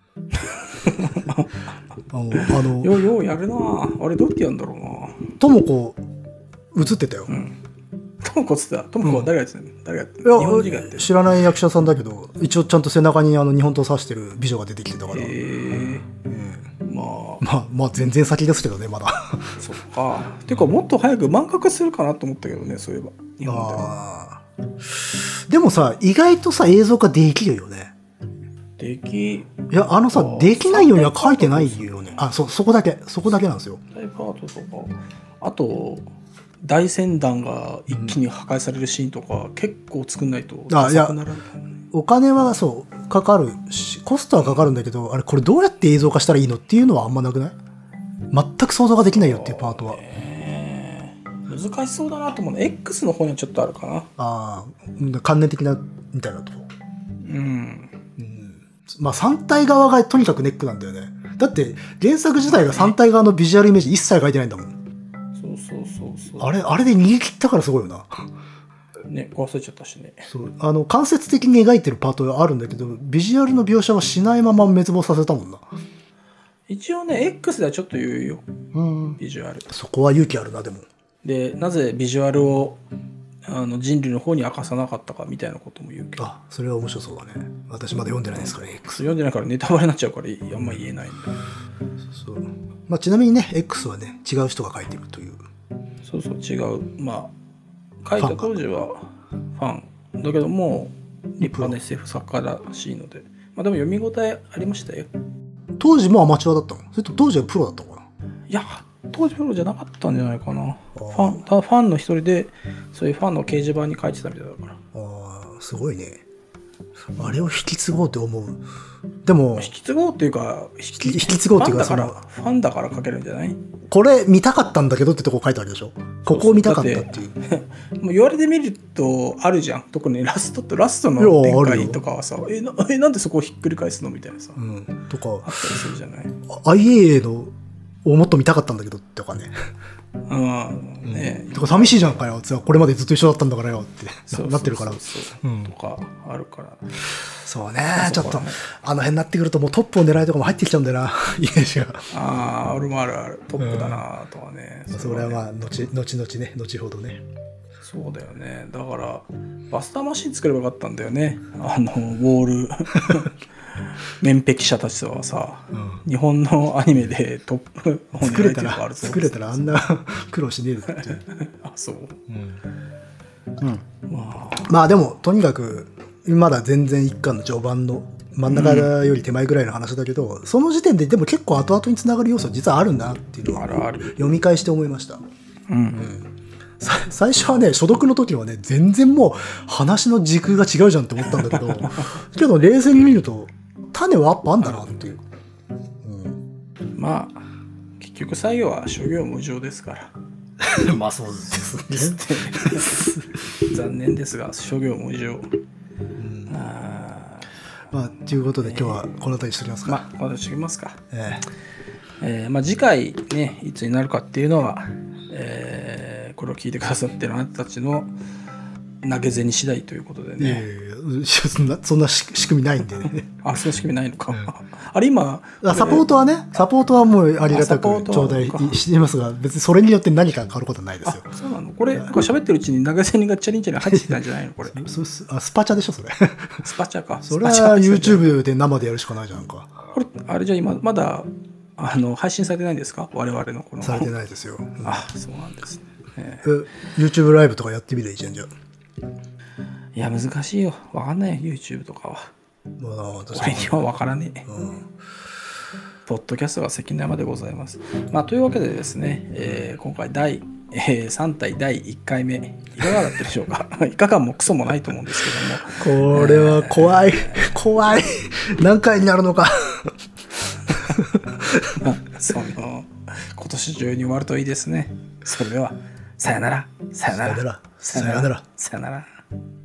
ようやるな。あれどうやってやるんだろうな。 ともこ映ってたよ。 ともこってた。ともこは誰がやってたの？誰がやってたの？日本人がやってる。 知らない役者さんだけど、一応ちゃんと背中に日本刀刺してる美女が出てきてたから。まあ全然先ですけどね、まだ。 そっか。てかもっと早く漫画化するかなと思ったけどね、そういえば。日本では。 でもさ、意外とさ、映像化できるよね。 いや、できないようには書いてないよね。そこだけなんですよ。 大パートとか、あと、大船団が一気に破壊されるシーンとか、結構作んないとダサくならない。 お金はそうかかるし、コストはかかるんだけど、これどうやって映像化したらいいのっていうのはあんまなくない？全く想像ができないよっていうパートは。 難しそうだなと思うね。X の方にはちょっとあるかな。 関連的なみたいなとこ。まあ3体側がとにかくネックなんだよね。だって原作自体が3体側のビジュアルイメージ一切書いてないんだもん。そう。あれで逃げ切ったからすごいよな。 ね、壊れちゃったしね。 そう、間接的に描いてるパートがあるんだけど、ビジュアルの描写はしないまま滅亡させたもんな。 一応ね、X ではちょっと言うよ。ビジュアル。 そこは勇気あるな、でも。 で、なぜビジュアルを人類の方に明かさなかったかみたいなことも言うけど。 それは面白そうだね。私まだ読んでないですからね、X。 読んでないからネタバレになっちゃうからあんま言えないんだ。 そう。まあちなみにね、X はね、違う人が書いてるという。 そう違う。まあ、書いた当時はファンだけども、立派な SF 作家らしいので。まあでも読み応えありましたよ。 当時もアマチュアだったの？それと当時はプロだったのかな？ いや、当時プロじゃなかったんじゃないかな。ファンの一人で、そういうファンの掲示板に書いてたみたいだから。 すごいね。あれを引き継ごうって思う。でも引き継ごうっていうか引き継ごうっていうかファンだから書けるんじゃない？ これ見たかったんだけどってとこ書いてあるでしょ。ここを見たかったっていう。 もう言われてみるとあるじゃん。特にラストの展開とかはさ、なんでそこをひっくり返すのみたいなさ、 とかあったりするじゃない。 IAA のをもっと見たかったんだけどとかね。とか寂しいじゃんかよ。これまでずっと一緒だったんだからよってなってるから。 とかあるから。 そうね。ちょっとあの辺になってくるともうトップを狙いとかも入ってきちゃうんだよな。イメージが。 俺もあるトップだなとはね。 それはまあ後々ね、後ほどね。 そうだよね。だからバスターマシン作ればよかったんだよね。ウォール面壁者たちはさ、日本のアニメでトップを作れたらあんな苦労しねえっていう。 そう。 まあでもとにかくまだ全然一巻の序盤の真ん中より手前ぐらいの話だけど、その時点ででも結構後々につながる要素は実はあるんだなっていうのは読み返して思いました。最初はね、初読の時はね、全然もう話の軸が違うじゃんって思ったんだけどけど冷静に見ると種はやっぱあんだなっていう、 まあ結局作業は諸行無常ですからまあそうですね残念ですが諸行無常。 まあということで今日はこの辺りにしておきますか。 まあこの辺にしておきますか。まあ次回ねいつになるかっていうのは、これを聞いてくださってるあなたたちの投げ銭次第ということでね。 そんな仕組みないんでね。 あ、その仕組みないのか。あれ今サポートはもうありがたく頂戴していますが、別にそれによって何か変わることはないですよ。 そうなの。これ喋ってるうちに投げ銭がチャリンチャリン入ってきたんじゃないのこれ。 スパチャでしょそれ。 スパチャか。 それは YouTube で生でやるしかないじゃんか。 これあれじゃ今まだ配信されてないんですか我々のこの。 されてないですよ。 あ、そうなんですね。 YouTube ライブとかやってみるいいじゃんじゃん。 いや難しいよ。わかんないよ YouTube とかは。俺にはわからねえ。ポッドキャストが関根山でございます。まあというわけでですね、今回第3体第1回目いかがだったでしょうか。いかがもクソもないと思うんですけども。これは怖い何回になるのか。 今年中に終わるといいですね。それではさよなら。 さよなら。